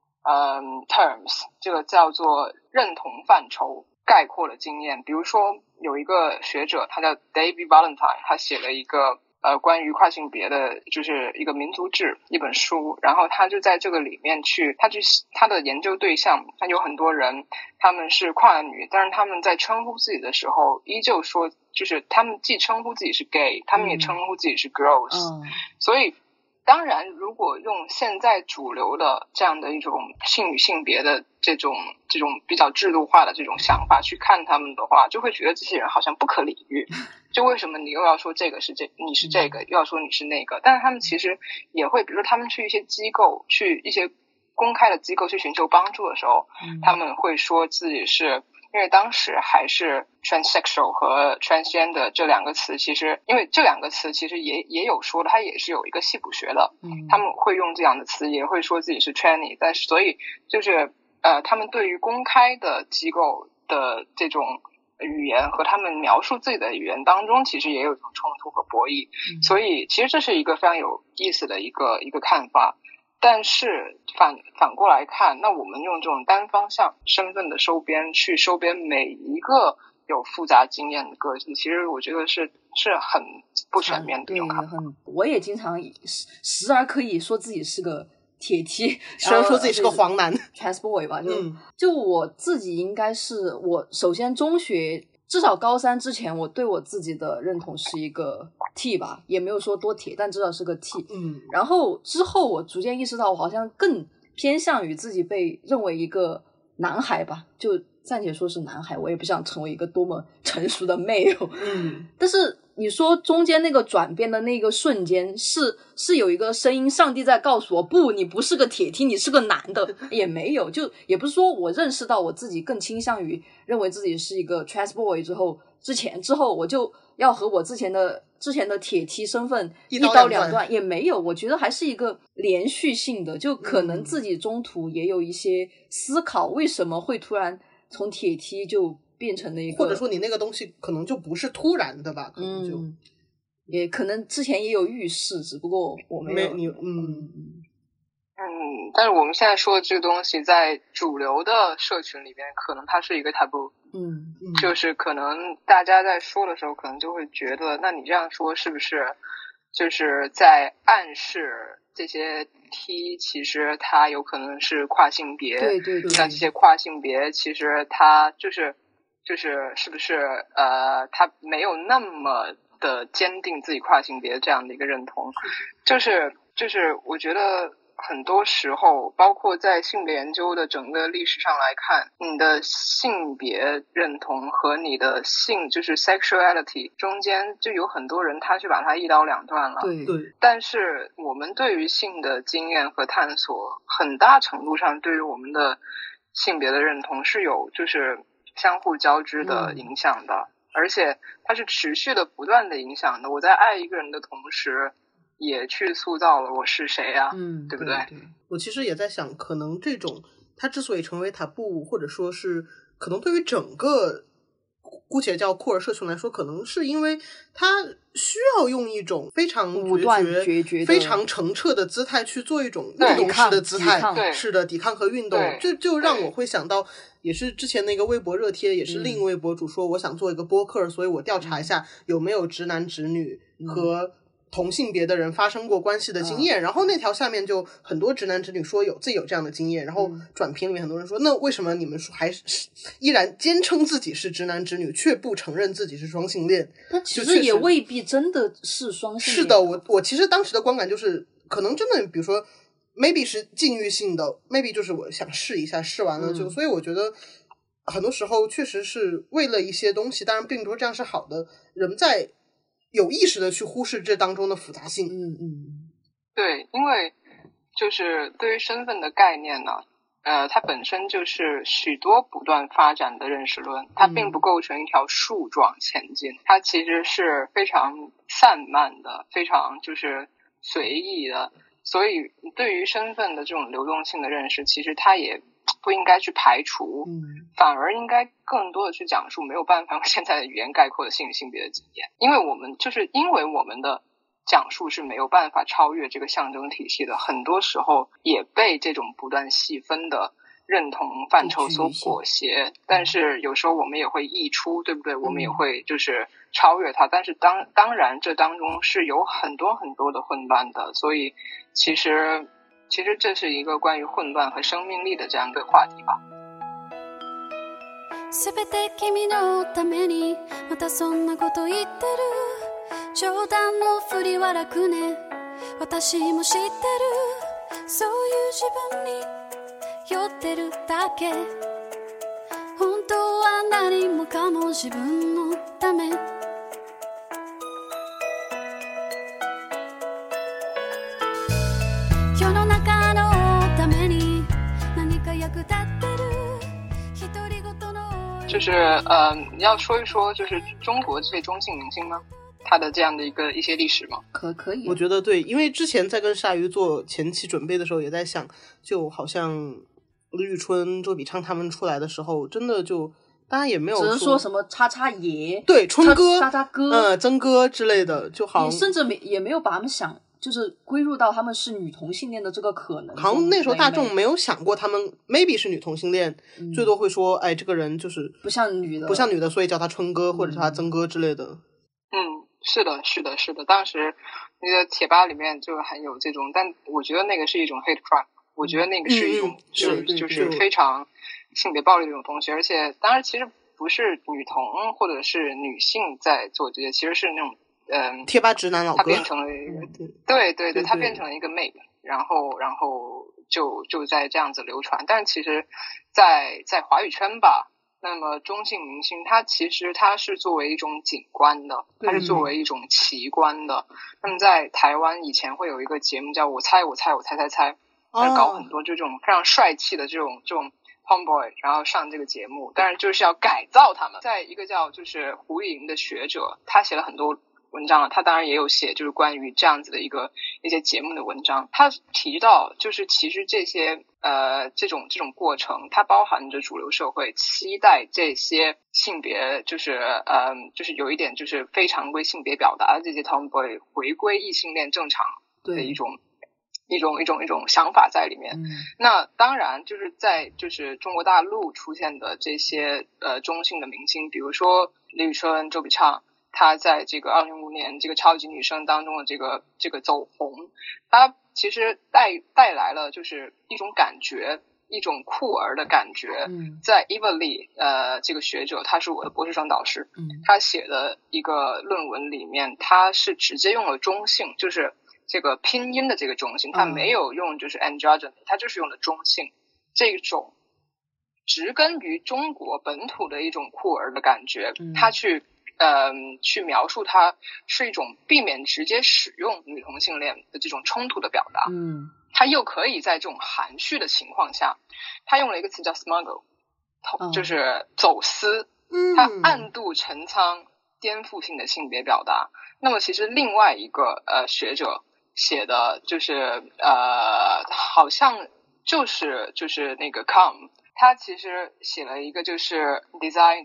terms 这个叫做认同范畴概括的经验。比如说有一个学者他叫 David Valentine， 他写了一个关于跨性别的就是一个民族志一本书，然后他就在这个里面他的研究对象他有很多人他们是跨女，但是他们在称呼自己的时候依旧说就是他们既称呼自己是 gay， 他们也称呼自己是 girls。所以当然如果用现在主流的这样的一种性与性别的这种比较制度化的这种想法去看他们的话，就会觉得这些人好像不可理喻，就为什么你又要说这个是你是这个，又要说你是那个。但是他们其实也会比如说他们去一些机构，去一些公开的机构去寻求帮助的时候，他们会说自己是因为当时还是 transsexual 和 transgender 这两个词，其实因为这两个词其实也有说的，它也是有一个系谱学的，他们会用这样的词，也会说自己是 tranny， 但是所以就是他们对于公开的机构的这种语言和他们描述自己的语言当中其实也有一种冲突和博弈，所以其实这是一个非常有意思的一个看法。但是反过来看，那我们用这种单方向身份的收编去收编每一个有复杂经验的个体，其实我觉得是很不全面的一种看法。 我也经常时而可以说自己是个铁梯， 虽然说自己是个黄男 trans boy 吧，就我自己应该是我首先中学至少高三之前，我对我自己的认同是一个 T 吧，也没有说多铁，但至少是个 T。然后之后我逐渐意识到，我好像更偏向于自己被认为一个男孩吧，就暂且说是男孩，我也不想成为一个多么成熟的 male。但是你说中间那个转变的那个瞬间，是有一个声音，上帝在告诉我，不，你不是个铁梯，你是个男的，也没有，就也不是说我认识到我自己更倾向于认为自己是一个 trans boy 之后我就要和我之前的铁梯身份一刀两断，也没有，我觉得还是一个连续性的，就可能自己中途也有一些思考，为什么会突然从铁梯就变成了一个， 或者说你那个东西可能就不是突然的吧，可能就也可能之前也有预示，只不过我没有但是我们现在说的这个东西在主流的社群里边可能它是一个 taboo，就是可能大家在说的时候可能就会觉得，那你这样说是不是就是在暗示这些 T 其实它有可能是跨性别， 对， 那这些跨性别其实它就是是不是它没有那么的坚定自己跨性别这样的一个认同，就是我觉得很多时候包括在性别研究的整个历史上来看，你的性别认同和你的性就是 sexuality 中间就有很多人他去把它一刀两断了， 对， 但是我们对于性的经验和探索很大程度上对于我们的性别的认同是有就是相互交织的影响的，而且它是持续的不断的影响的，我在爱一个人的同时也去塑造了我是谁啊，对不对？ 我其实也在想，可能这种它之所以成为塔布，或者说是可能对于整个姑且叫酷儿社群来说，可能是因为它需要用一种非常决绝非常澄澈的姿态去做一种运动式的姿态，是的，抵抗和运动，就让我会想到，也是之前那个微博热贴，也是另一位博主说，我想做一个播客，所以我调查一下有没有直男直女和同性别的人发生过关系的经验，然后那条下面就很多直男直女说自己有这样的经验，然后转评里面很多人说，那为什么你们说还是依然坚称自己是直男直女，却不承认自己是双性恋？ 那其实也未必真的是双性恋。 是的，我其实当时的观感就是，可能真的比如说 maybe 是禁欲性的 ，maybe 就是我想试一下，试完了就，所以我觉得很多时候确实是为了一些东西，当然并不是这样是好的，人在有意识的去忽视这当中的复杂性。 对，因为就是对于身份的概念呢，它本身就是许多不断发展的认识论，它并不构成一条树状前进，它其实是非常散漫的，非常就是随意的，所以对于身份的这种流动性的认识，其实它也不应该去排除，反而应该更多的去讲述没有办法用现在的语言概括的性别的经验，因为我们的讲述是没有办法超越这个象征体系的，很多时候也被这种不断细分的认同范畴所裹挟，但是有时候我们也会溢出，对不对？我们也会就是超越它，但是当然这当中是有很多很多的混乱的，所以其实这是一个关于混乱和生命力的这样一个话题吧。全て君のためにまたそんなこと言ってる冗談のふりは楽ね私も知ってるそういう自分に酔ってるだけ本当は何もかも自分のため世の中のために何か役立ってる独り言の就是要说一说就是中国这些中性明星吗？他的这样的一些历史吗？ 可以， 我觉得对，因为之前在跟鲨鱼做前期准备的时候，也在想，就好像李宇春、周笔畅他们出来的时候，真的就大家也没有只能说什么叉叉爷， 对，春哥、 叉叉哥、 曾哥之类的，就好像甚至也没有把他们就是归入到他们是女同性恋的这个可能。 好像那时候大众没有想过他们 maybe 是女同性恋，最多会说，哎，这个人就是不像女的， 所以叫他春哥或者叫他曾哥之类的。 是的，当时那个贴吧里面就很有这种，但我觉得那个是一种 hate crime， 我觉得那个是一种就是非常性别暴力的一种东西，而且当然其实不是女同或者是女性在做这些，其实是那种贴吧直男老哥， 他变成了一个对，他变成了一个 meme， 然后就在这样子流传，但其实在华语圈吧。那么中性明星它其实它是作为一种景观的，它是作为一种奇观的。那么在台湾以前会有一个节目叫我猜，搞很多这种非常帅气的这种 tomboy， 然后上这个节目，当然就是要改造他们。在一个叫就是胡颖的学者，他写了很多文章了，他当然也有写就是关于这样子的一些节目的文章，他提到就是其实这些这种过程，它包含着主流社会期待这些性别就是有一点就是非常规性别表达的这些 tomboy 回归异性恋正常的一种想法在里面。那当然就是在就是中国大陆出现的这些中性的明星，比如说李宇春、周笔畅，他在这个2005年这个超级女声当中的这个走红，他其实带来了就是一种感觉，一种酷儿的感觉。在 Eva Lee 这个学者，他是我的博士生导师，他写的一个论文里面，他是直接用了中性，就是这个拼音的这个中性，他没有用就是 androgyny， 他就是用了中性，这种植根于中国本土的一种酷儿的感觉，他去描述它是一种避免直接使用女同性恋的这种冲突的表达。它又可以在这种含蓄的情况下，他用了一个词叫 smuggle， 就是走私，他暗度陈仓颠覆性的性别表达。那么其实另外一个学者写的就是好像就是那个 com， 他其实写了一个就是 design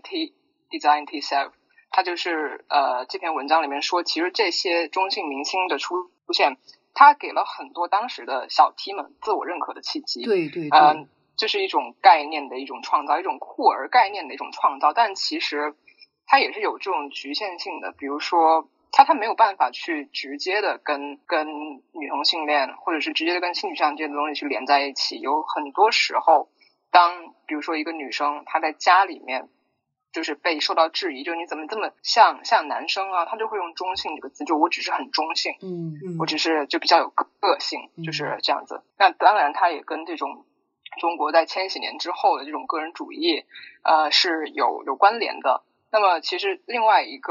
T self，他就是这篇文章里面说，其实这些中性明星的出现，他给了很多当时的小 T 们自我认可的契机。 对， 这是一种概念的一种创造，一种酷儿概念的一种创造，但其实它也是有这种局限性的，比如说他没有办法去直接的跟女同性恋或者是直接的跟性取向这些东西去连在一起。有很多时候当比如说一个女生她在家里面就是被受到质疑，就是你怎么这么像男生啊，他就会用中性这个词，就我只是很中性，我只是就比较有个性，就是这样子。那当然他也跟这种中国在千禧年之后的这种个人主义是有关联的。那么其实另外一个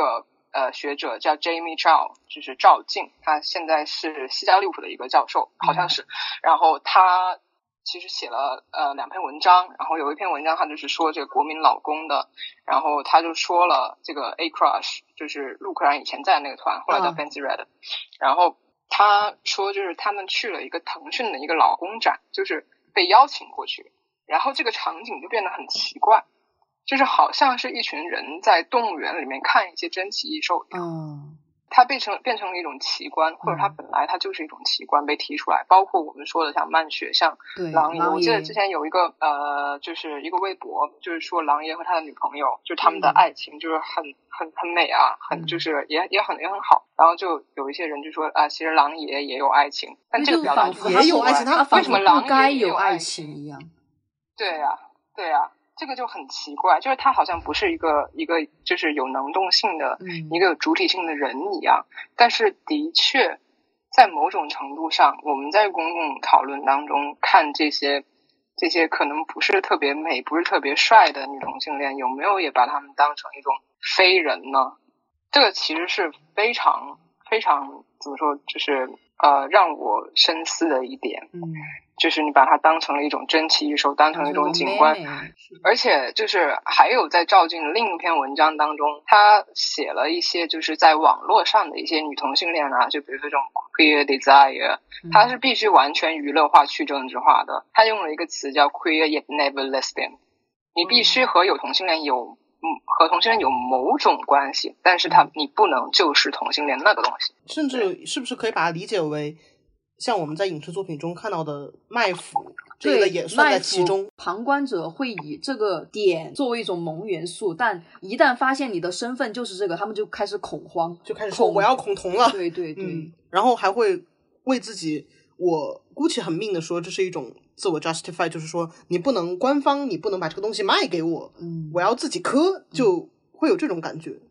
学者叫 Jamie Zhao， 就是赵静，他现在是西加利普的一个教授，好像是。然后他其实写了2篇文章，然后有一篇文章他就是说这个国民老公的，然后他就说了这个 A Crush， 就是陆克兰以前在那个团，后来叫 Fancy Red，然后他说就是他们去了一个腾讯的一个老公展，就是被邀请过去，然后这个场景就变得很奇怪，就是好像是一群人在动物园里面看一些珍奇异兽一样。它变成了一种奇观，或者它本来它就是一种奇观被提出来，包括我们说的像曼雪，像狼爷。我记得之前有一个就是一个微博，就是说狼爷和他的女朋友，就是他们的爱情就是很美啊，很就是也很好。然后就有一些人就说其实狼爷也有爱情，但这个表达也有爱情，他为什么狼爷也有爱情一样？ 对啊。这个就很奇怪，就是他好像不是一个就是有能动性的一个有主体性的人一样，但是的确在某种程度上，我们在公共讨论当中看这些可能不是特别美不是特别帅的女同性恋，有没有也把他们当成一种非人呢？这个其实是非常非常怎么说，就是让我深思的一点。就是你把它当成了一种珍奇异兽，当成了一种景观。而且就是还有在赵静的另一篇文章当中，他写了一些就是在网络上的一些女同性恋啊，就比如说这种 queer desire， 它是必须完全娱乐化去政治化的。他用了一个词叫 queer yet never lesbian， 你必须和同性恋有某种关系，但是你不能就是同性恋那个东西。 甚至是不是可以把它理解为像我们在影视作品中看到的卖腐，这个也算在其中。 旁观者会以这个点作为一种萌元素，但一旦发现你的身份就是这个，他们就开始恐慌， 就开始说我要恐同了。 对， 然后还会为自己，我姑且很命的说，这是一种自我 justify， 就是说你不能官方，你不能把这个东西卖给我，我要自己磕，就会有这种感觉。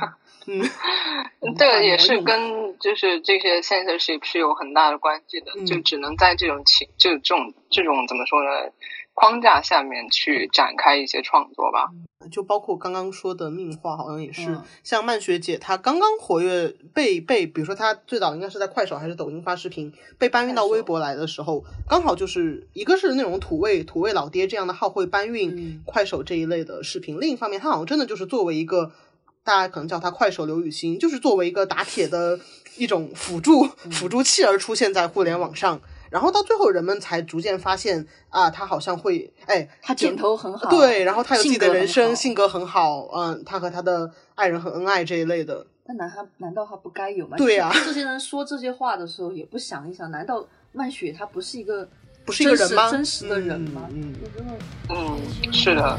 这个也是跟就是这些 censorship 是有很大的关系的，就只能在这种怎么说呢，框架下面去展开一些创作吧。 就包括刚刚说的命画，好像也是，像曼学姐她刚刚活跃被比如说她最早应该是在快手还是抖音发视频，被搬运到微博来的时候，刚好就是一个是那种土味老爹这样的号会搬运快手这一类的视频，另一方面她好像真的就是作为一个大家可能叫它快手刘雨欣，就是作为一个打铁的一种辅助器而出现在互联网上，然后到最后人们才逐渐发现啊，他好像会他剪头很好， 对，然后他有自己的人生，性格很好，他和他的爱人很恩爱这一类的。 但难道他不该有吗？ 对啊， 这些人说这些话的时候也不想一想，难道曼雪他不是一个人吗？ 真实的人吗？ 是的。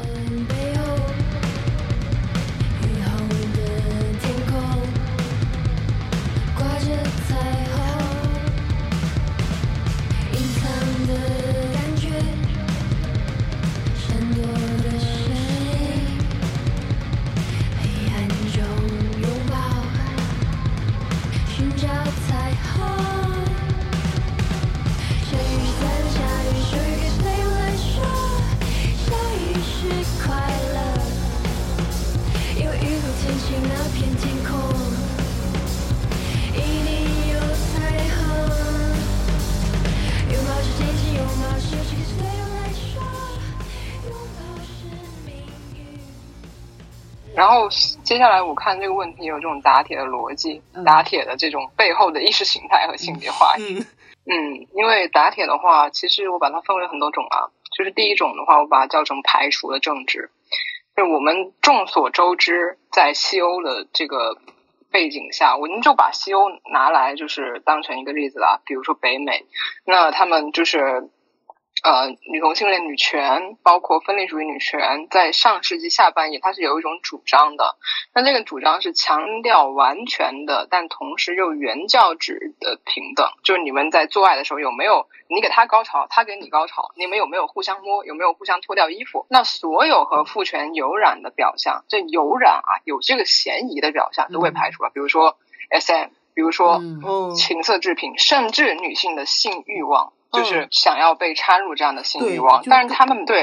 然后接下来我看这个问题有这种打铁的逻辑，打铁的这种背后的意识形态和性别话题。因为打铁的话，其实我把它分为很多种啊，就是第一种的话，我把它叫成排除的政治。就是我们众所周知，在西欧的这个背景下，我们就把西欧拿来就是当成一个例子啦，比如说北美，那他们就是女同性恋女权，包括分离主义女权，在上世纪下半叶它是有一种主张的，那这个主张是强调完全的但同时又原教旨的平等，就是你们在做爱的时候有没有你给他高潮他给你高潮，你们有没有互相摸，有没有互相脱掉衣服，那所有和父权有染的表象，这有染有这个嫌疑的表象都会排除了，比如说 SM， 比如说情色制品，甚至女性的性欲望，就是想要被插入这样的性欲望，但是他们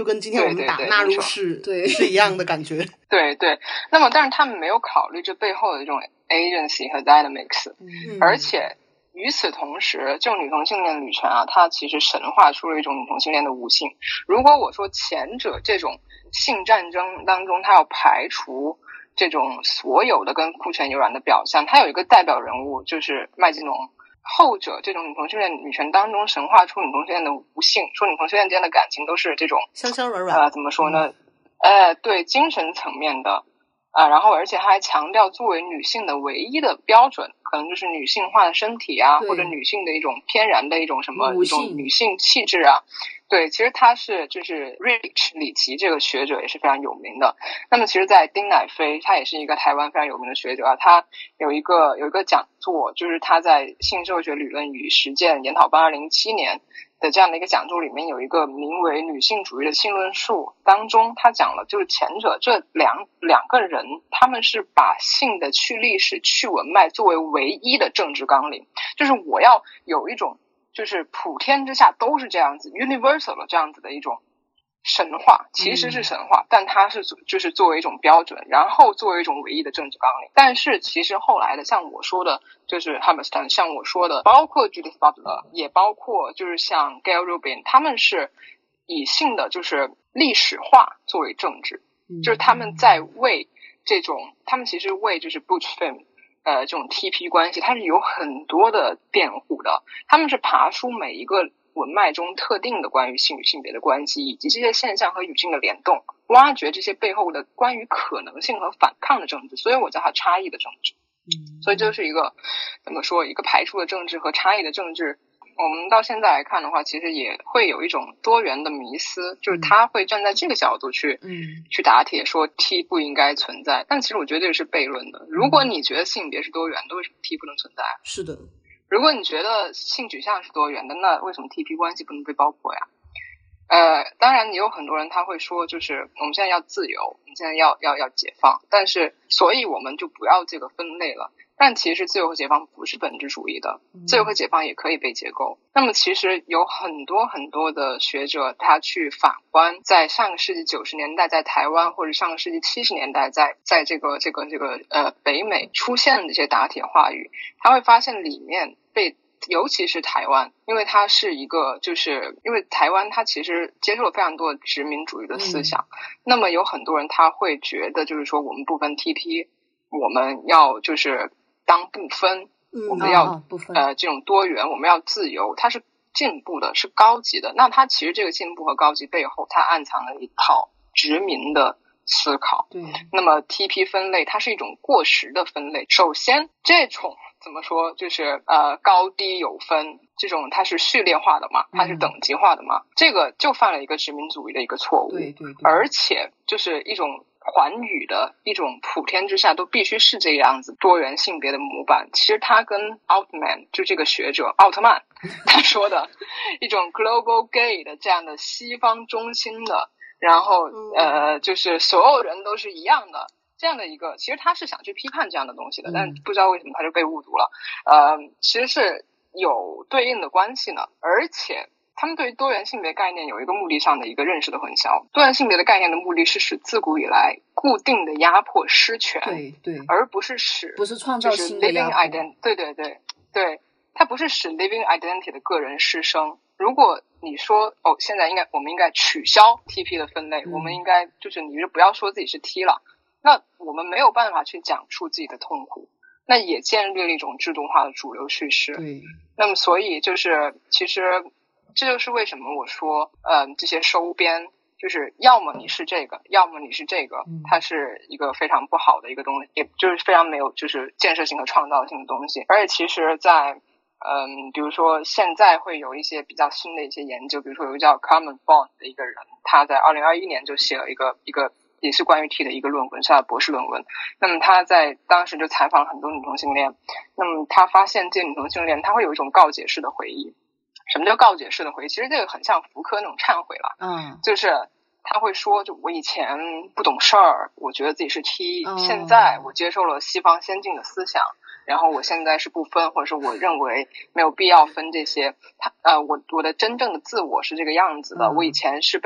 就跟今天我们打纳入式是一样的感觉。 对对，那么但是他们没有考虑这背后的这种 agency 和 dynamics，而且与此同时，这种女同性恋女权啊，它其实神化出了一种女同性恋的无性。如果我说前者这种性战争当中，它要排除这种所有的跟父权有染的表象，它有一个代表人物就是麦基农。后者这种女同性恋女权当中神化出女同性恋的无性，说女同性恋之间的感情都是这种香香软软， 怎么说呢？对，精神层面的然后而且还强调作为女性的唯一的标准，可能就是女性化的身体啊，或者女性的一种天然的一种什么一种女性气质啊。对，其实他是就是 Rich 李琦这个学者也是非常有名的。那么其实在丁乃飞，他也是一个台湾非常有名的学者啊，他有一个讲座，就是他在性社会学理论与实践研讨班2007年的这样的一个讲座里面，有一个名为女性主义的性论述当中，他讲了就是前者这两个人，他们是把性的去历史去文脉作为唯一的政治纲领，就是我要有一种就是普天之下都是这样子 universal 的这样子的一种神话，其实是神话，但它是就是作为一种标准，然后作为一种唯一的政治纲领。但是其实后来的像我说的就是 Hammerstein， 像我说的包括 Judith Butler， 也包括就是像 Gail Rubin， 他们是以性的就是历史化作为政治，就是他们在为这种他们其实为就是 Butch Femme这种 TP 关系，它是有很多的辩护的，他们是爬出每一个文脉中特定的关于性与性别的关系，以及这些现象和语境的联动，挖掘这些背后的关于可能性和反抗的政治，所以我叫它差异的政治。所以这是一个怎么说，一个排除的政治和差异的政治。我们到现在来看的话，其实也会有一种多元的迷思，就是他会站在这个角度去打铁说 T 不应该存在，但其实我觉得这是悖论的。如果你觉得性别是多元的，为什么 T 不能存在？ 是的。 如果你觉得性取向是多元的，那为什么 TP 关系不能被包括呀？当然也有很多人他会说，就是我们现在要自由，我们现在要解放，但是所以我们就不要这个分类了。但其实自由和解放不是本质主义的，自由和解放也可以被解构。那么其实有很多很多的学者，他去反观在上个世纪90年代在台湾，或者上个世纪70年代在这个北美出现的这些打铁话语，他会发现里面尤其是台湾，因为它是一个就是因为台湾它其实接受了非常多的殖民主义的思想，那么有很多人他会觉得就是说我们不分 TP， 我们要就是当不分，我们要这种多元，我们要自由，它是进步的，是高级的。那它其实这个进步和高级背后，它暗藏了一套殖民的思考。 对， 那么 TP 分类它是一种过时的分类。首先这种怎么说，就是高低有分，这种它是序列化的嘛，它是等级化的嘛，这个就犯了一个殖民主义的一个错误。 对， 而且就是一种寰宇的一种普天之下都必须是这个样子多元性别的模板，其实他跟奥特曼就这个学者奥特曼他说的一种 global gay 的这样的西方中心的，然后就是所有人都是一样的这样的一个，其实他是想去批判这样的东西的，但不知道为什么他就被误读了。其实是有对应的关系呢，而且他们对于多元性别概念有一个目的上的一个认识的混淆。多元性别的概念的目的是使自古以来固定的压迫失权， 对， 而不是创造新的压迫。 对，它不是使 living identity 的个人失声。如果你说现在我们应该取消 TP 的分类，我们应该就是你就不要说自己是 T 了，那我们没有办法去讲述自己的痛苦，那也建立了一种制度化的主流叙事。 对， 那么所以就是其实这就是为什么我说这些收编就是要么你是这个，要么你是这个，它是一个非常不好的一个东西，也就是非常没有就是建设性和创造性的东西。而且其实在比如说现在会有一些比较新的一些研究，比如说有一个叫 Carmen Bond 的一个人，他在2021年就写了一个也是关于 T 的一个论文，是他的博士论文。那么他在当时就采访了很多女同性恋，那么他发现这些女同性恋他会有一种告解式的回忆。什么叫告解式的回忆？其实这个很像福柯那种忏悔了，就是他会说，就我以前不懂事儿，我觉得自己是 T，现在我接受了西方先进的思想，然后我现在是不分，或者是我认为没有必要分这些。我的真正的自我是这个样子的，我以前是被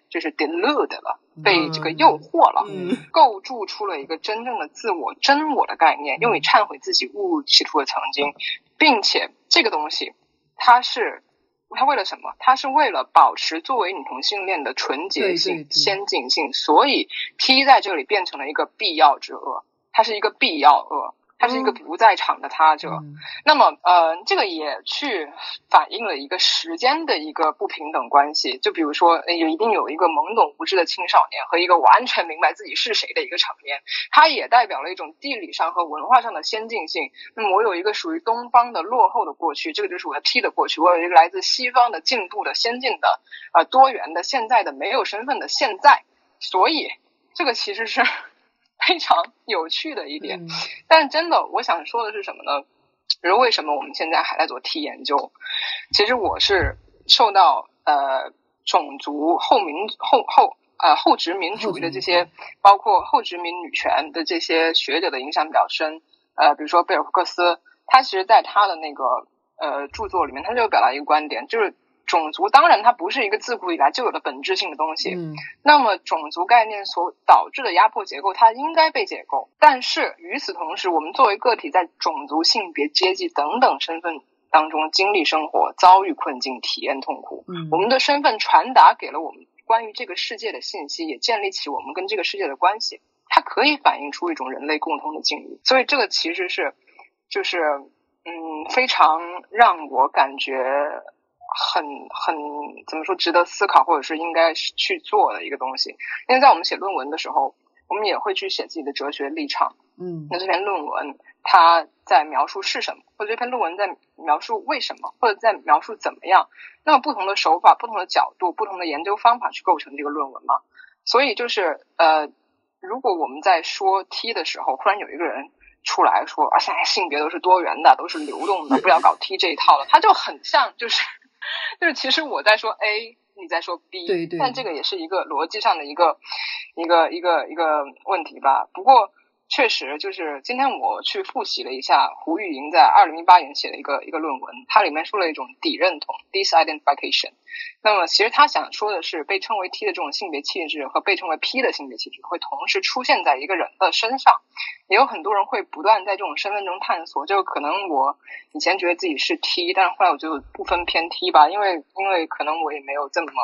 就是 deluded 了，被这个诱惑了，构筑出了一个真正的自我真我的概念，用以忏悔自己误入歧途的曾经，并且这个东西它为了什么？它是为了保持作为女同性恋的纯洁性、先进性，所以 T 在这里变成了一个必要之恶，它是一个必要恶，它是一个不在场的他者。那么这个也去反映了一个时间的一个不平等关系，就比如说一定有一个懵懂无知的青少年和一个完全明白自己是谁的一个成年，它也代表了一种地理上和文化上的先进性。那么我有一个属于东方的落后的过去，这个就是我的 T 的过去，我有一个来自西方的进步的先进的多元的现在的没有身份的现在，所以这个其实是非常有趣的一点。但真的我想说的是什么呢？为什么我们现在还在做 T 研究？其实我是受到种族后殖民主义的这些，包括后殖民女权的这些学者的影响比较深。比如说贝尔福克斯，他其实在他的那个著作里面，他就表达一个观点，就是种族当然它不是一个自古以来就有的本质性的东西，那么种族概念所导致的压迫结构它应该被解构，但是与此同时，我们作为个体在种族、性别、阶级等等身份当中经历生活，遭遇困境，体验痛苦，我们的身份传达给了我们关于这个世界的信息，也建立起我们跟这个世界的关系，它可以反映出一种人类共同的境遇。所以这个其实是就是非常让我感觉很怎么说值得思考，或者是应该去做的一个东西。因为在我们写论文的时候，我们也会去写自己的哲学立场。那这篇论文它在描述是什么，或者这篇论文在描述为什么，或者在描述怎么样，那么不同的手法、不同的角度、不同的研究方法去构成这个论文嘛。所以就是如果我们在说 T 的时候，忽然有一个人出来说现在性别都是多元的，都是流动的，不要搞 T 这一套了，它就很像就是其实我在说 A， 你在说 B， 对， 但这个也是一个逻辑上的一个问题吧。不过确实就是今天我去复习了一下胡玉莹在2018年写的一个论文，它里面说了一种底认同 disidentification。 那么其实他想说的是，被称为 T 的这种性别气质和被称为 P 的性别气质会同时出现在一个人的身上，也有很多人会不断在这种身份中探索。就可能我以前觉得自己是 T， 但是后来我就不分偏 T 吧，因为可能我也没有这么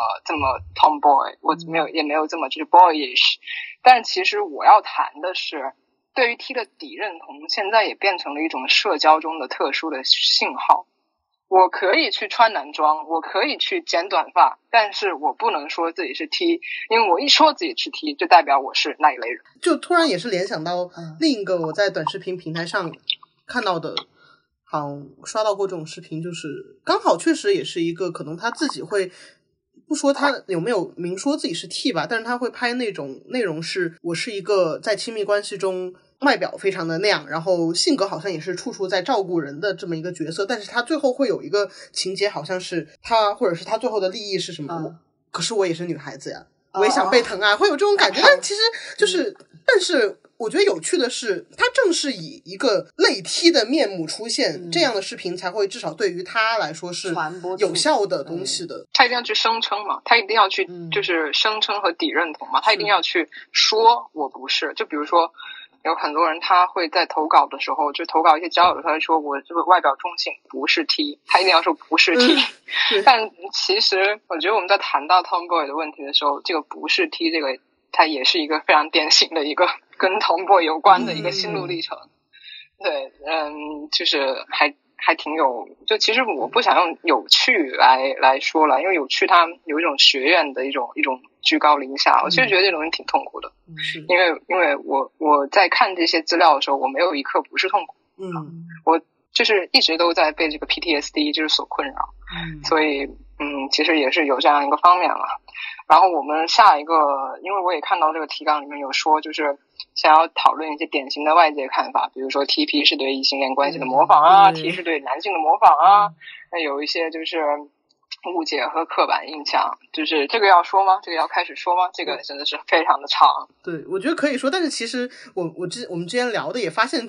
tomboy， 我也没有这么就是 boyish。 但是其实我要谈的是，对于 T 的底认同现在也变成了一种社交中的特殊的信号。我可以去穿男装，我可以去剪短发，但是我不能说自己是 T， 因为我一说自己是 T 就代表我是那一类人。 就突然也是联想到另一个我在短视频平台上看到的，好像刷到过这种视频，就是刚好确实也是一个可能他自己会不说他有没有明说自己是 T 吧，但是他会拍那种内容是我是一个在亲密关系中外表非常的那样，然后性格好像也是处处在照顾人的这么一个角色，但是他最后会有一个情节，好像是他或者是他最后的利益是什么，可是我也是女孩子呀，我也想被疼爱，会有这种感觉。但其实就是但是我觉得有趣的是，他正是以一个类 T 的面目出现，这样的视频才会至少对于他来说是有效的东西的。 他一定要去声称嘛，他一定要去就是声称和底认同嘛，他一定要去说我不是。就比如说有很多人他会在投稿的时候，就投稿一些交友，他会说我这个外表中性，不是 T， 他一定要说不是 T。但其实我觉得我们在谈到 Tomboy 的问题的时候，这个不是 T 这个它也是一个非常典型的一个跟 Tomboy 有关的一个心路历程。对，就是还挺有，就其实我不想用有趣来说了，因为有趣它有一种学院的一种居高临下，我其实觉得这种人挺痛苦的。因为我在看这些资料的时候，我没有一刻不是痛苦。我就是一直都在被这个 PTSD 就是所困扰。所以其实也是有这样一个方面了。然后我们下一个，因为我也看到这个提纲里面有说，就是想要讨论一些典型的外界看法，比如说 TP 是对异性恋关系的模仿啊，T 是对男性的模仿啊，那有一些就是误解和刻板印象，就是这个要说吗？这个要开始说吗？这个真的是非常的长。 对，我觉得可以说，但是其实我们之前聊的也发现，就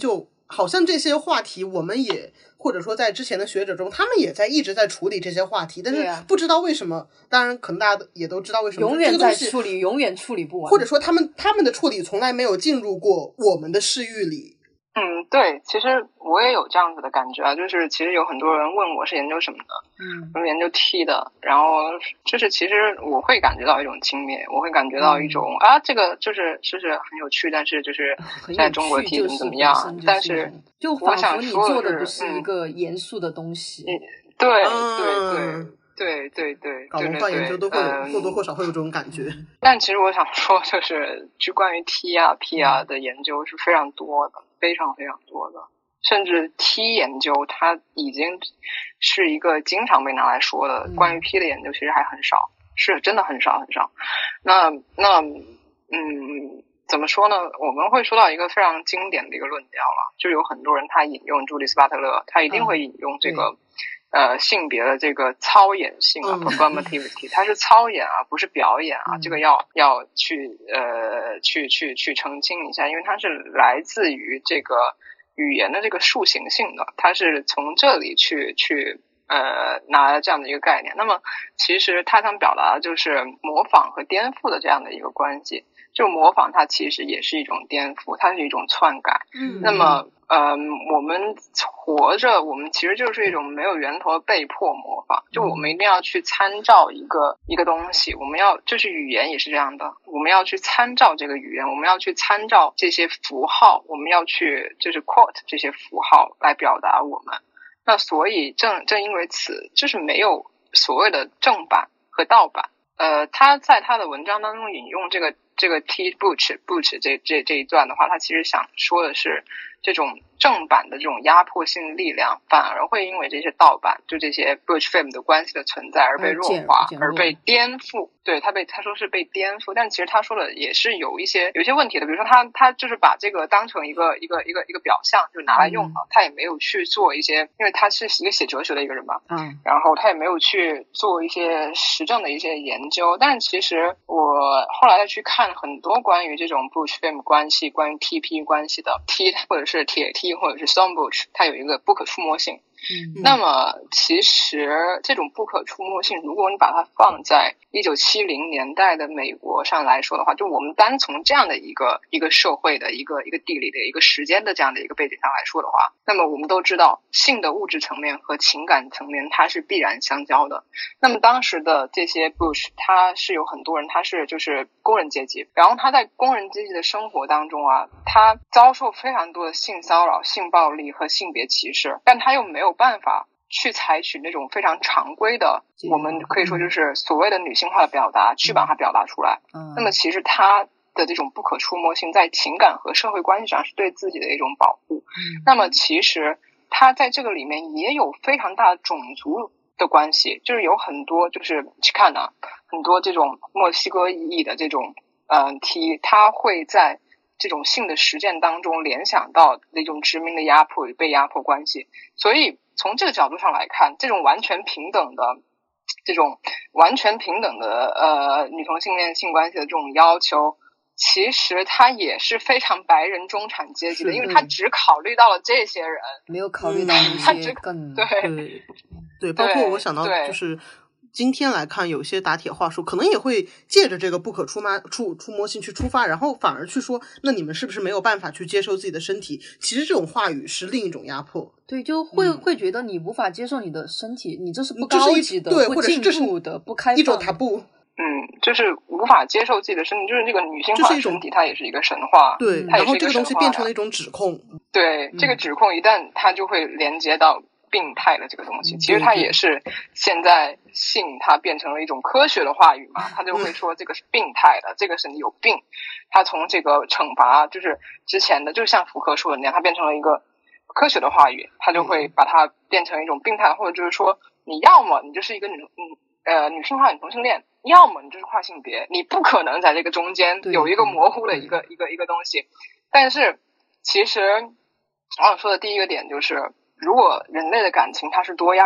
好像这些话题我们也或者说在之前的学者中他们也一直在处理这些话题，但是不知道为什么，当然可能大家也都知道为什么， 永远在处理，永远处理不完， 或者说他们的处理从来没有进入过我们的视域里。 对，其实我也有这样子的感觉啊，就是其实有很多人问我是研究什么的，我是研究 T 的，然后就是其实我会感觉到一种轻蔑，我会感觉到一种这个就是很有趣，但是就是在中国 T 怎么样，但是就仿佛你做的不是一个严肃的东西。 对， 搞文化研究都会或多或少会有这种感觉。 但其实我想说，就是就关于 T 啊 P 啊的研究是非常多的，非常非常多的，甚至 T 研究它已经是一个经常被拿来说的，关于 P 的研究其实还很少，是真的很少很少。那怎么说呢？我们会说到一个非常经典的一个论调了，就有很多人他引用朱莉斯巴特勒，他一定会引用这个性别的这个操演性啊 performativity， 它是操演啊，不是表演啊，这个要去澄清一下，因为它是来自于这个语言的这个树形性的，它是从这里去拿了这样的一个概念。那么其实他想表达的就是模仿和颠覆的这样的一个关系，就模仿它其实也是一种颠覆，它是一种篡改。那么我们活着，我们其实就是一种没有源头的被迫模仿，就我们一定要去参照一个东西，我们要就是语言也是这样的，我们要去参照这个语言，我们要去参照这些符号，我们要去就是 quote 这些符号来表达我们。那所以正因为此，就是没有所谓的正版和盗版。他在他的文章当中引用这个 T Butch 这一段的话，他其实想说的是，这种正版的这种压迫性力量反而会因为这些盗版，就这些 Butch Fame 的关系的存在而被弱化，而被颠覆。对，他说是被颠覆，但其实他说的也是有一些问题的，比如说他就是把这个当成一个表象就拿来用了，他也没有去做一些，因为他是一个写哲学的一个人嘛，然后他也没有去做一些实证的一些研究。但其实我后来再去看很多关于这种 Butch Fame 关系，关于 TP 关系的 T 或者是铁 T 或者是 Stone Butch， 它有一个不可触摸性。那么其实这种不可触摸性，如果你把它放在1970年代的美国上来说的话，就我们单从这样的一个社会的一个地理的一个时间的这样的一个背景上来说的话，那么我们都知道性的物质层面和情感层面它是必然相交的。那么当时的这些 Bush， 他是有很多人他是就是工人阶级，然后他在工人阶级的生活当中啊，他遭受非常多的性骚扰、性暴力和性别歧视，但他又没有办法去采取那种非常常规的，我们可以说就是所谓的女性化的表达，去把它表达出来。那么其实他的这种不可触摸性在情感和社会关系上是对自己的一种保护。那么其实他在这个里面也有非常大的种族的关系，就是有很多就是去看啊，很多这种墨西哥裔的这种T， 他会在这种性的实践当中联想到那种殖民的压迫与被压迫关系。所以从这个角度上来看，这种完全平等的女同性恋性关系的这种要求，其实它也是非常白人中产阶级的，因为他只考虑到了这些人， 没有考虑到那些更对，包括我想到就是今天来看，有些打铁话术可能也会借着这个不可触摸性去出发，然后反而去说，那你们是不是没有办法去接受自己的身体？其实这种话语是另一种压迫。 对，就会觉得你无法接受你的身体，你这是不高级的， 对， 不进步的，不开放的， 一种tabu。 就是无法接受自己的身体，就是这个女性化的身体，它也是一个神话。 对，然后这个东西变成了一种指控。 对，这个指控一旦它就会连接到病态的这个东西，其实它也是现在性它变成了一种科学的话语嘛，它就会说这个是病态的，这个是你有病。它从这个惩罚就是之前的，就像福柯说的那样，它变成了一个科学的话语，它就会把它变成一种病态，或者就是说你要么你就是一个女性化女同性恋，要么你就是跨性别，你不可能在这个中间有一个模糊的一个东西。但是其实我想说的第一个点就是，如果人类的感情它是多样的，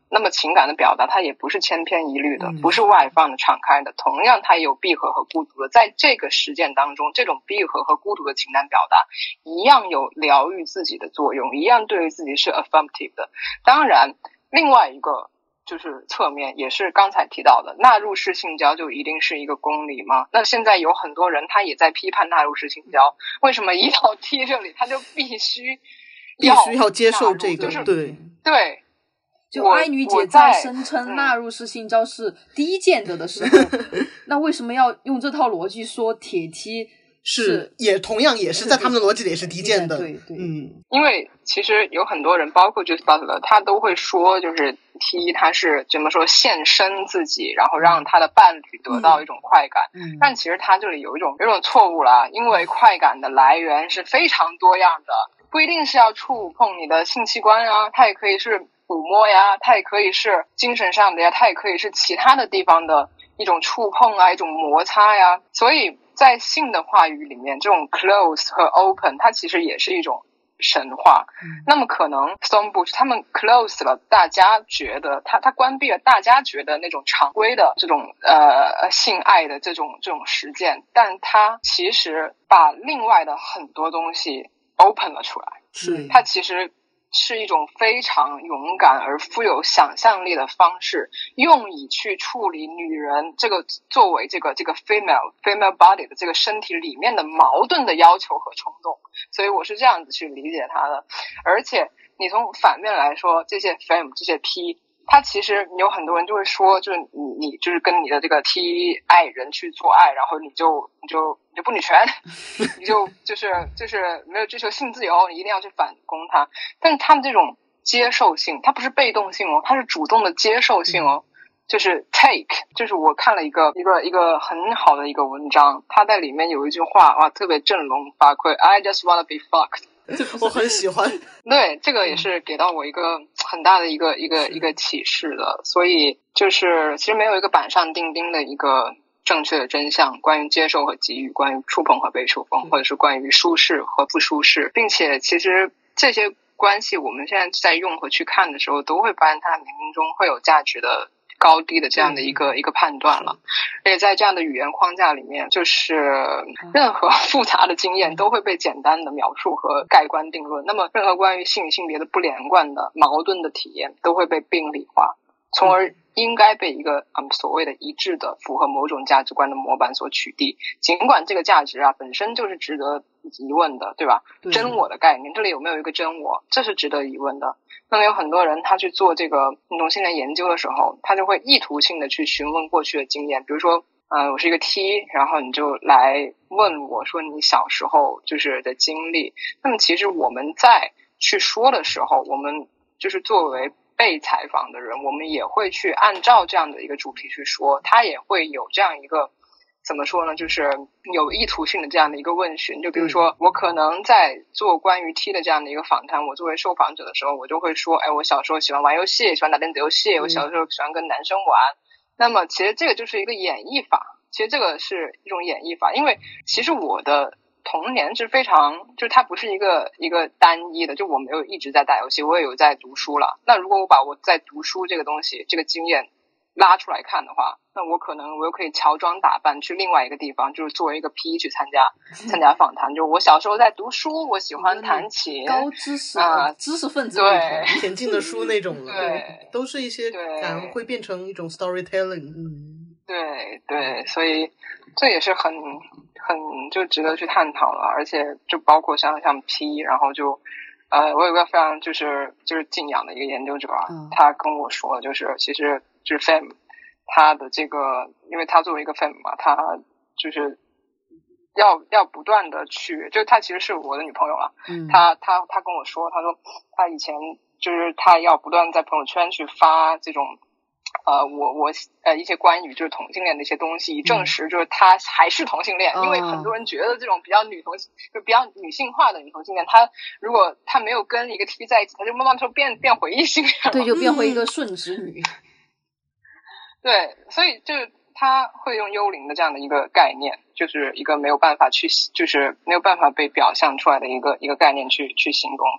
那么情感的表达它也不是千篇一律的，不是外放的敞开的，同样它也有闭合和孤独的。在这个实践当中，这种闭合和孤独的情感表达一样有疗愈自己的作用，一样对于自己是 affirmative 的。当然另外一个就是侧面也是刚才提到的，纳入式性交就一定是一个公理吗？那现在有很多人他也在批判纳入式性交，为什么一到 T 这里他就必须要接受这个， 就是对， 就爱女姐在声称纳入式性交是低贱的时候，那为什么要用这套逻辑说铁梯是也同样也是在他们的逻辑里也是低贱的？ 对， 因为其实有很多人，包括 Judith Butler， 他都会说，就是 T 他是怎么说献身自己，然后让他的伴侣得到一种快感。但其实他这里有一种错误了，因为快感的来源是非常多样的，不一定是要触碰你的性器官啊，它也可以是抚摸呀，它也可以是精神上的呀，它也可以是其他的地方的一种触碰啊，一种摩擦呀。所以在性的话语里面，这种 close 和 open 它其实也是一种神话。那么可能 Stonebush 他们 close 了大家觉得他关闭了大家觉得那种常规的这种性爱的这种实践，但他其实把另外的很多东西 open 了出来。 是他其实是一种非常勇敢而富有想象力的方式，用以去处理女人这个作为这个 female body 的这个身体里面的矛盾的要求和冲动。所以我是这样子去理解它的。而且你从反面来说，这些 fem 这些 P， 它其实有很多人就会说，就是你就是跟你的这个 T 爱人去做爱，然后你就不女权，你就是没有追求性自由，你一定要去反攻它。但是他们这种接受性，它不是被动性哦，它是主动的接受性哦。就是 take， 就是我看了一个很好的一个文章，它在里面有一句话哇，特别振聋发聩 ，I just wanna be fucked， 我很喜欢。 对，这个也是给到我一个很大的一个启示的。所以就是其实没有一个板上钉钉的一个正确的真相，关于接受和给予，关于触碰和被触碰，或者是关于舒适和不舒适，并且其实这些关系我们现在在用和去看的时候，都会发现它冥冥中会有价值的高低的这样的一个判断了。而且在这样的语言框架里面，就是任何复杂的经验都会被简单的描述和盖棺定论，那么任何关于性别的不连贯的矛盾的体验都会被病理化，从而应该被一个所谓的一致的符合某种价值观的模板所取缔。尽管这个价值本身就是值得疑问的，对吧？真我的概念，这里有没有一个真我，这是值得疑问的。那么有很多人他去做这个同性恋研究的时候，他就会意图性的去询问过去的经验，比如说我是一个 T， 然后你就来问我说你小时候就是的经历。那么其实我们在去说的时候，我们就是作为被采访的人，我们也会去按照这样的一个主题去说，他也会有这样一个怎么说呢，就是有意图性的这样的一个问询。就比如说我可能在做关于 T 的这样的一个访谈，我作为受访者的时候，我就会说我小时候喜欢玩游戏，喜欢打电子游戏，我小时候喜欢跟男生玩。那么其实这个就是一个演绎法，其实这个是一种演绎法。因为其实我的童年是非常，就是它不是一个单一的，就我没有一直在打游戏，我也有在读书了。那如果我把我在读书这个东西这个经验拉出来看的话，那我又可以乔装打扮去另外一个地方，就是作为一个 P 去参加访谈。就我小时候在读书，我喜欢弹琴， 高知识知识分子， 对， 田径的书那种的， 对， 都是一些会变成一种 storytelling。 对，所以这也是很就值得去探讨了。而且就包括像 P， 然后就我有个非常就是敬仰的一个研究者他跟我说，就是其实就是 fem 他的这个，因为他作为一个 fem 嘛，他就是要不断的去，就他其实是我的女朋友啊，他跟我说，他说他以前就是他要不断在朋友圈去发这种我一些关于就是同性恋的一些东西，以证实就是他还是同性恋。因为很多人觉得这种比较女性化的女同性恋，他如果他没有跟一个 T 在一起，他就慢慢就变回异性恋了， 对，就变回一个顺直女。 对，所以就是他会用幽灵的这样的一个概念，就是一个没有办法去，就是没有办法被表象出来的一个概念去形容 fem。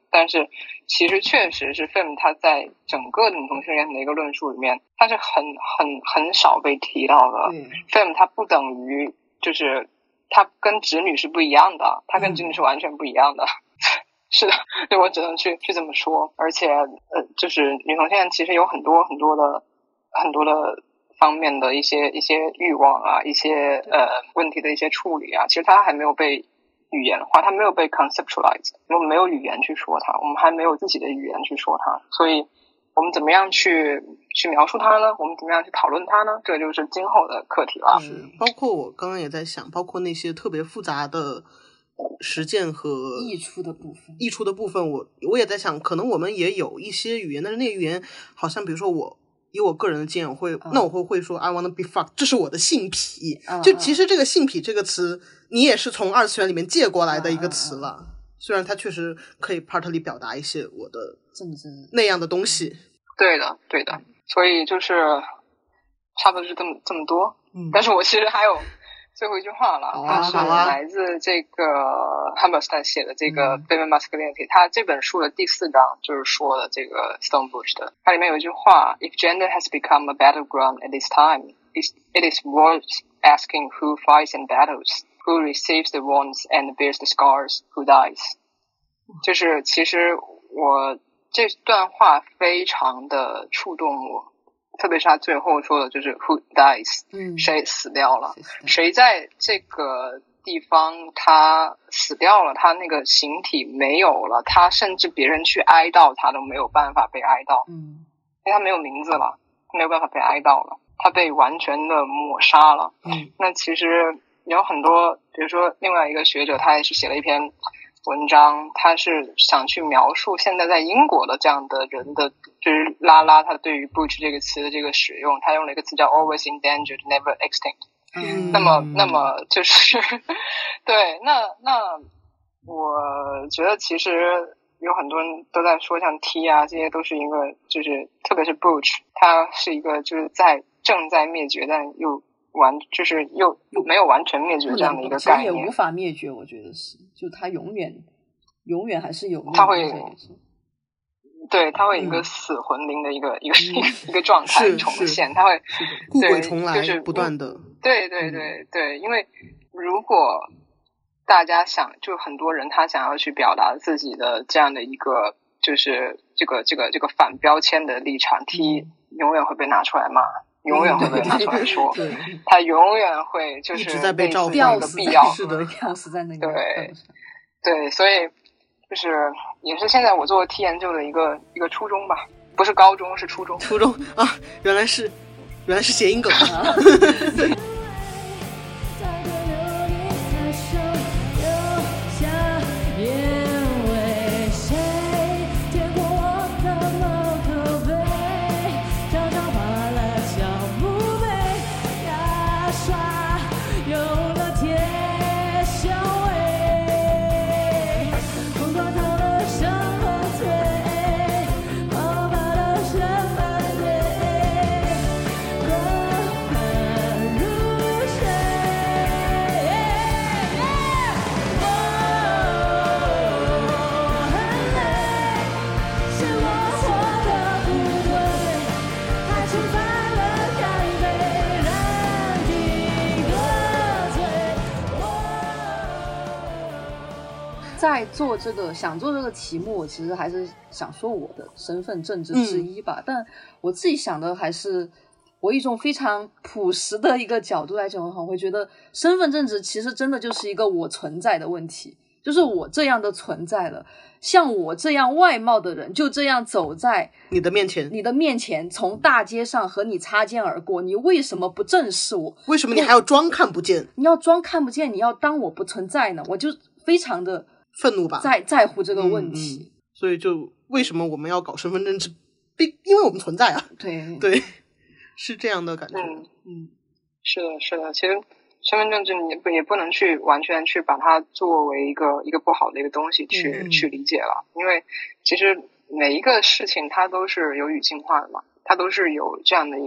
但是其实确实是 Fem 他在整个女同性恋的一个论述里面，他是很少被提到的。Fem 他不等于就是他跟直女是不一样的，他跟直女是完全不一样的。是的，对，我只能去这么说。而且就是女同性恋其实有很多的方面的一些欲望啊，一些问题的一些处理啊，其实它还没有被语言化，它没有被 conceptualize， 我们没有语言去说它，我们还没有自己的语言去说它，所以我们怎么样去描述它呢？我们怎么样去讨论它呢？这就是今后的课题了。 是，包括我刚刚也在想，包括那些特别复杂的实践和溢出的部分， 我也在想，可能我们也有一些语言，但是那个语言好像比如说以我个人的经验，我会说 I wanna be fucked， 这是我的性癖。就其实这个性癖这个词，你也是从二次元里面借过来的一个词了。虽然它确实可以 partly 表达一些我的政治那样的东西。 对的。所以就是差不多是这么多。但是我其实还有最后一句话了，它是来自这个 Hammerstein 写的这个 Feminine Masculinity， 他这本书的第4章就是说的这个 Stonebush 的，它里面有一句话 If gender has become a battleground at this time, it is worth asking who fights in battles, who receives the wounds and bears the scars, who dies。 就是其实我这段话非常的触动我，特别是他最后说的就是 who dies， 谁死掉了，谁在这个地方他死掉了，他那个形体没有了，他甚至别人去哀悼他都没有办法被哀悼，因为他没有名字了，他没有办法被哀悼了，他被完全的抹杀了。那其实有很多，比如说另外一个学者他也是写了一篇文章，他是想去描述现在在英国的这样的人的，就是拉拉他对于 butch 这个词的这个使用，他用了一个词叫 always endangered never extinct。那么就是对，那我觉得其实有很多人都在说像 T 啊，这些都是一个就是特别是 butch， 它是一个就是正在灭绝但又没有完全灭绝这样的一个概念， 也无法灭绝，我觉得是，就它永远还是有， 它会对，它会有一个死魂灵的一个状态重现，它会故鬼重来， 就是不断的。 对，因为如果大家就很多人他想要去表达自己的这样的一个就是这个反标签的立场，T 永远会被拿出来骂。永远会被拿出来说，他永远会就是一直在被照吊死， 是的，吊死在那个对，所以就是也是现在我做 T 研究的一个初衷吧，不是高中是初中啊，原来是谐音梗啊。 在想做这个题目，我其实还是想说我的身份政治之一吧，但我自己想的还是我一种非常朴实的一个角度来讲的话，我会觉得身份政治其实真的就是一个我存在的问题，就是我这样的存在了，像我这样外貌的人就这样走在你的面前，从大街上和你擦肩而过，你为什么不正视我？ 为什么你还要装看不见？ 你要装看不见，你要当我不存在呢？我就非常的愤怒吧， 在乎这个问题。 所以就为什么我们要搞身份政治？因为我们存在啊。对，是这样的感觉。 是的，其实身份政治你也不能去完全去把它作为一个不好的一个东西去理解了，因为其实每一个事情它都是有语境化的嘛，它都是有这样的一个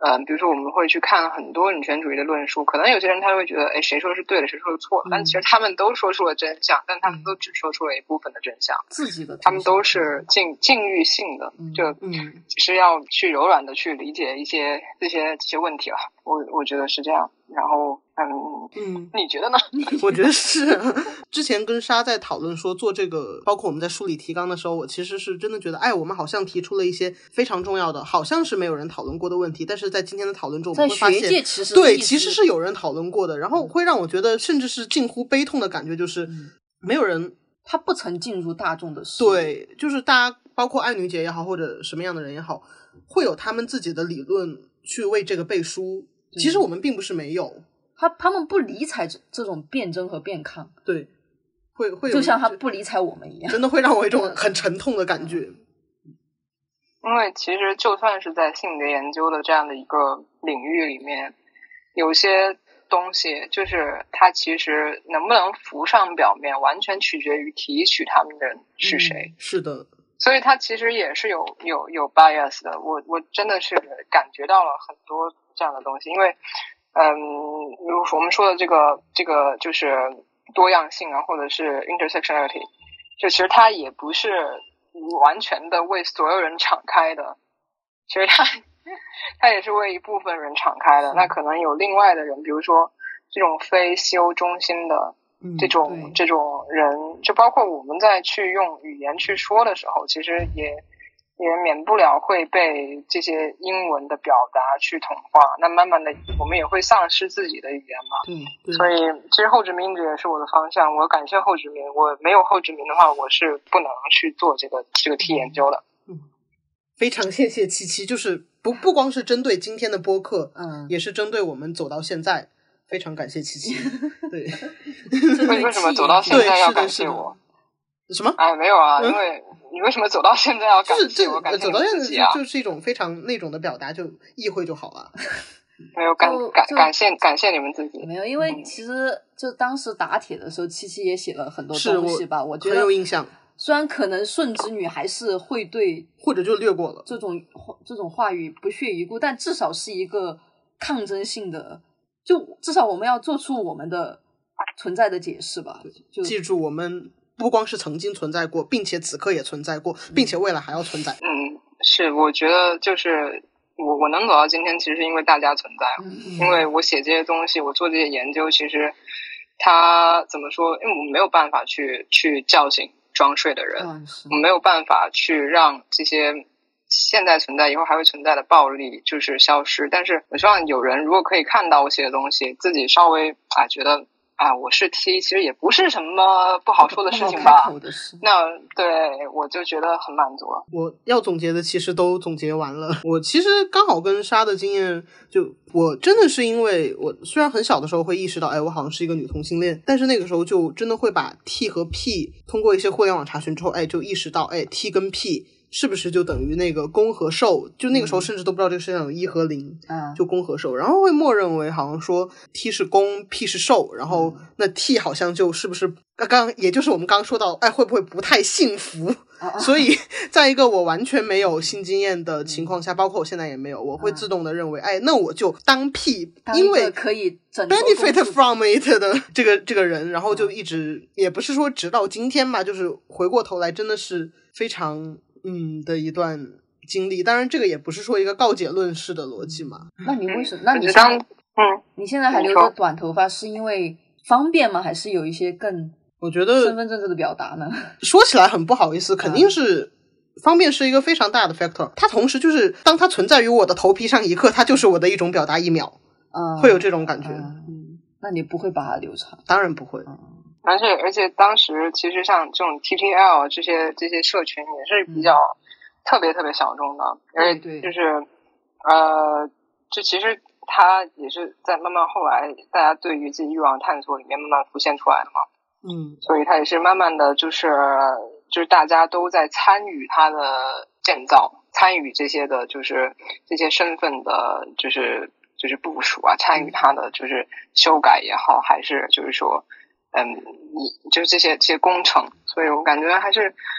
比如说我们会去看很多女权主义的论述，可能有些人他会觉得，哎，谁说是对的，谁说是错的，但其实他们都说出了真相，但他们都只说出了一部分的真相， 自己的真相， 他们都是禁欲性的，就只是要去柔软的去理解一些这些问题了，我觉得是这样。然后你觉得呢？ 我觉得是之前跟沙在讨论说做这个，包括我们在梳理提纲的时候，我其实是真的觉得我们好像提出了一些非常重要的，好像是没有人讨论过的问题，但是在今天的讨论中我们会发现， 在学界其实对，其实是有人讨论过的，然后会让我觉得甚至是近乎悲痛的感觉，就是没有人他不曾进入大众的视野。 对，就是大家包括爱女姐也好，或者什么样的人也好，会有他们自己的理论去为这个背书，其实我们并不是没有， 他们不理睬这种辩证和辩抗， 对，会有， 就像他不理睬我们一样， 真的会让我有一种很沉痛的感觉。 因为其实就算是在性别研究的这样的一个领域里面，有些东西就是它其实能不能浮上表面，完全取决于提取他们的人是谁。 是的， 所以它其实也是有 bias 的。我真的是感觉到了很多这样的东西，因为如我们说的这个就是多样性啊，或者是 intersectionality， 就其实它也不是完全的为所有人敞开的，其实它也是为一部分人敞开的。那可能有另外的人，比如说这种非西欧中心的这种人，就包括我们在去用语言去说的时候，其实也免不了会被这些英文的表达去同化，那慢慢的我们也会丧失自己的语言嘛。所以其实后殖民者也是我的方向，我感谢后殖民，我没有后殖民的话，我是不能去做这个 T 研究的。 非常谢谢七七，就是不光是针对今天的播客，也是针对我们走到现在，非常感谢七七。对， 为什么走到现在要感谢我？ 什么？ 没有啊，因为你为什么走到现在要感谢我？感谢你自己啊！ 就是一种非常那种的表达，就意会就好了。 没有感谢你们自己。 没有，因为其实就当时打铁的时候，七七也写了很多东西吧，我觉得很有印象。 虽然可能顺直女还是会对或者就略过了这种话语不屑一顾，但至少是一个抗争性的，就至少我们要做出我们的存在的解释吧。就记住，我们不光是曾经存在过，并且此刻也存在过，并且未来还要存在。 是，我觉得就是我能走到今天，其实是因为大家存在，因为我写这些东西，我做这些研究，其实它怎么说？因为我们没有办法去叫醒装睡的人，我们没有办法去让这些现在存在以后还会存在的暴力就是消失。但是我希望有人如果可以看到我写的东西，自己稍微觉得我是 T， 其实也不是什么不好说的事情吧，那对我就觉得很满足了。 我要总结的其实都总结完了。我其实刚好跟沙的经验，就我真的是因为我虽然很小的时候会意识到我好像是一个女同性恋，但是那个时候就真的会把 T 和 P 通过一些互联网查询之后就意识到T 跟 P是不是就等于那个攻和受，就那个时候甚至都不知道这个世界上有1和0，就攻和受，然后会默认为好像说 T 是攻 P 是受，然后那 T 好像就是不是刚也就是我们刚刚说到会不会不太幸福，所以在一个我完全没有性经验的情况下，包括我现在也没有，我会自动的认为那我就当 P， 因为可以 benefit from it 的这个人，然后就一直也不是说直到今天吧，就是回过头来真的是非常的一段经历。当然这个也不是说一个告解论式的逻辑嘛。 那你为什么那你现在还留着短头发是因为方便吗？还是有一些更我觉得身份证这个表达呢？ 说起来很不好意思，肯定是方便是一个非常大的 factor， 它同时就是当它存在于我的头皮上一刻，它就是我的一种表达一秒，会有这种感觉。 那你不会把它留长？ 当然不会。 而且当时其实像这种 TTL 这些社群也是比较特别特别小众的，而且就是这其实它也是在慢慢后来大家对于自己欲望探索里面慢慢浮现出来的嘛。所以它也是慢慢的就是大家都在参与它的建造，参与这些的就是这些身份的就是部署参与它的就是修改也好，还是就是说就是这些工程。所以我感觉还是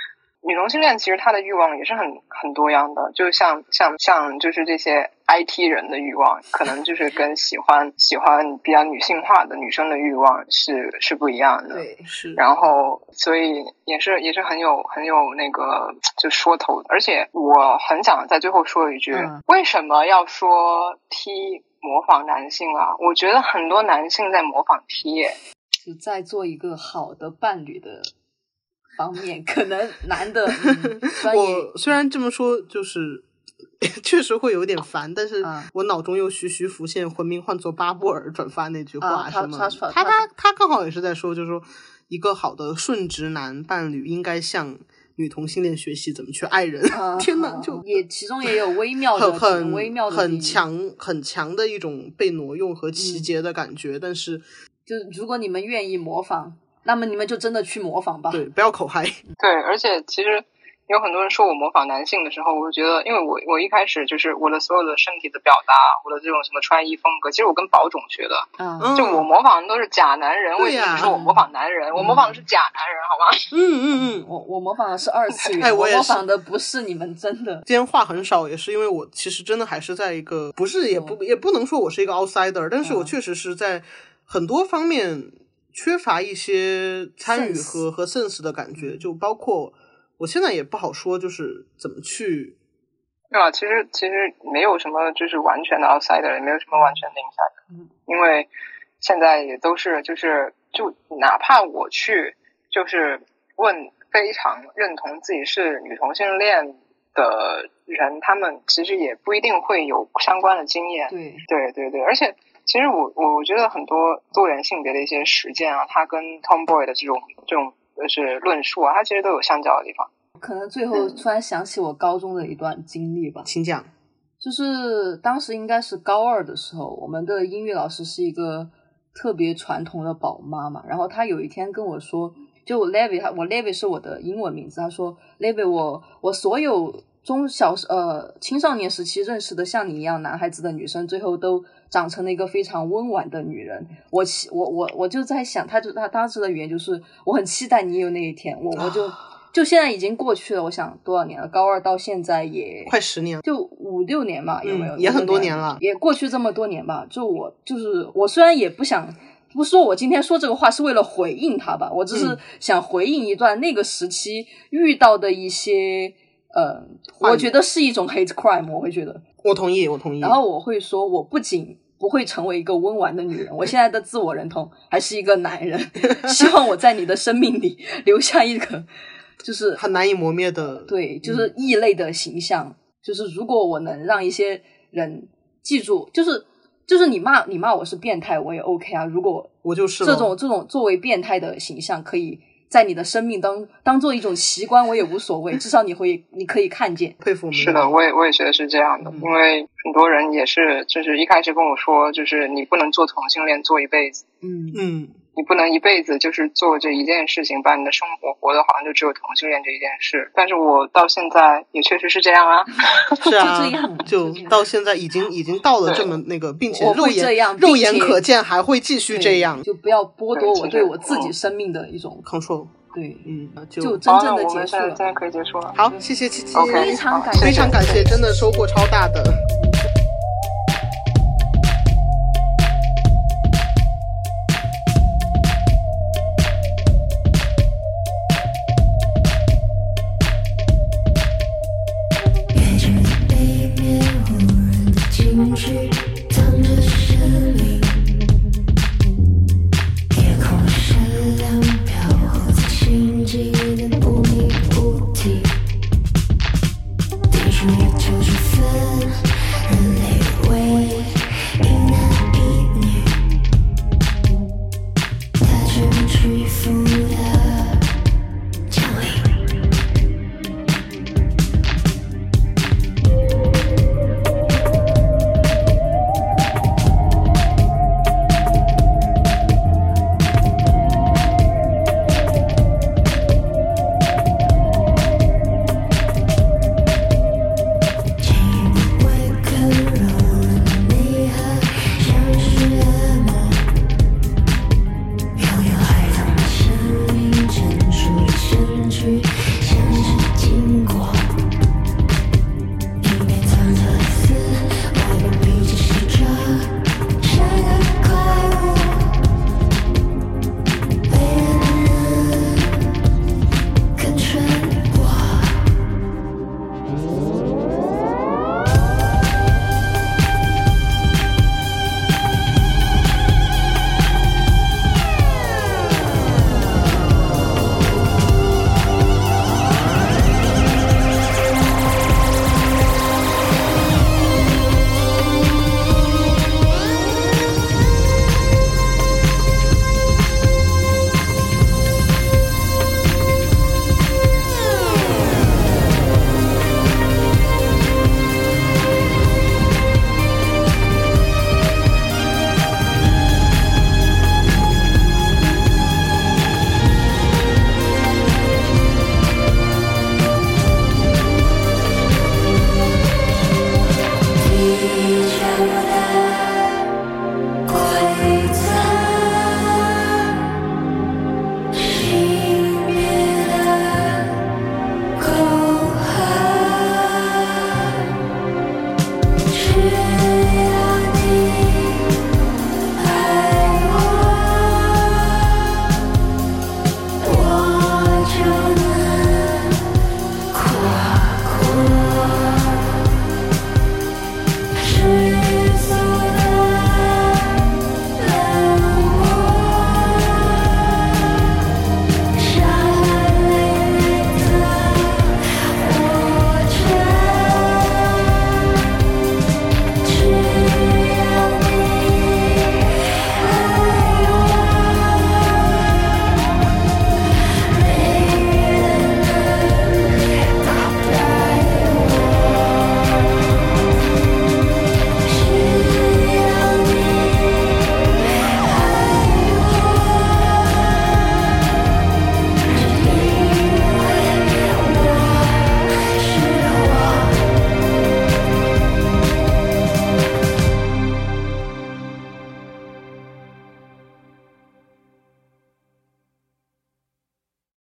女同性恋其实她的欲望也是很多样的，就像就是这些 IT 人的欲望，可能就是跟喜欢比较女性化的女生的欲望是不一样的。 对，是。 然后所以也是很有那个就说头的。而且我很想在最后说一句，为什么要说 T 模仿男性啊？我觉得很多男性在模仿 T 耶， 就在做一个好的伴侣的方面，可能男的专业。 我虽然这么说，就是确实会有点烦，但是我脑中又徐徐浮现魂名唤作巴布尔转发那句话，是吗？他刚好也是在说，就是说一个好的顺直男伴侣应该向女同性恋学习怎么去爱人。天哪，就也其中也有微妙的很强的一种被挪用和集结的感觉。但是就如果你们愿意模仿，那么你们就真的去模仿吧。 对，不要口嗨。 对，而且其实有很多人说我模仿男性的时候，我就觉得，因为我一开始就是我的所有的身体的表达，我的这种什么穿衣风格，其实我跟宝种学的。就我模仿的都是假男人。为什么说我模仿男人？我模仿的是假男人，好吗？我模仿的是二次元。我模仿的不是你们真的。 今天话很少，也是因为我其实真的还是在一个也不能说我是一个 outsider， 但是我确实是在很多方面缺乏一些参与和 sense 的感觉，就包括我现在也不好说就是怎么去。 对啊，其实没有什么就是完全的 outsider， 也没有什么完全的 insider，因为现在也都是就哪怕我去就是问非常认同自己是女同性恋的人，他们其实也不一定会有相关的经验。对，而且其实我觉得很多多元性别的一些实践啊，它跟 Tomboy 的这种就是论述啊，它其实都有相交的地方。 可能最后突然想起我高中的一段经历吧。 请讲。 就是当时应该是高2的时候，我们的音乐老师是一个特别传统的宝妈嘛，然后她有一天跟我说，就我 Levi 是我的英文名字，她说 Levi 我所有青少年时期认识的像你一样男孩子的女生，最后都长成了一个非常温婉的女人。我就在想，他当时的语言就是我很期待你有那一天。我就现在已经过去了，我想多少年了？高2到现在也快10年， 就5、6年吧，有没有？ 也很多年了， 也过去这么多年吧。我虽然也不是说我今天说这个话是为了回应他吧，我只是想回应一段那个时期遇到的一些我觉得是一种 hate crime， 我会觉得。 我同意。 然后我会说，我不仅不会成为一个温婉的女人，我现在的自我认同还是一个男人。希望我在你的生命里留下一个就是很难以磨灭的， 对，就是异类的形象。就是如果我能让一些人记住，就是你骂我是变态，我也 OK 啊。如果我就是这种作为变态的形象可以在你的生命当做一种习惯，我也无所谓，至少你可以看见。 佩服。 是的，我也觉得是这样的。因为很多人也是就是一开始跟我说，就是你不能做同性恋做一辈子。你不能一辈子就是做这一件事情，把你的生活活得好像就只有同性恋这一件事。但是我到现在也确实是这样啊。 是啊，就到现在已经到了这么那个，并且肉眼可见还会继续这样。 就不要剥夺我对我自己生命的一种 control。 对， 就真正的结束了。 现在可以结束了。 好，谢谢七七， 非常感谢，真的收获超大的。 地球也就是分，人类为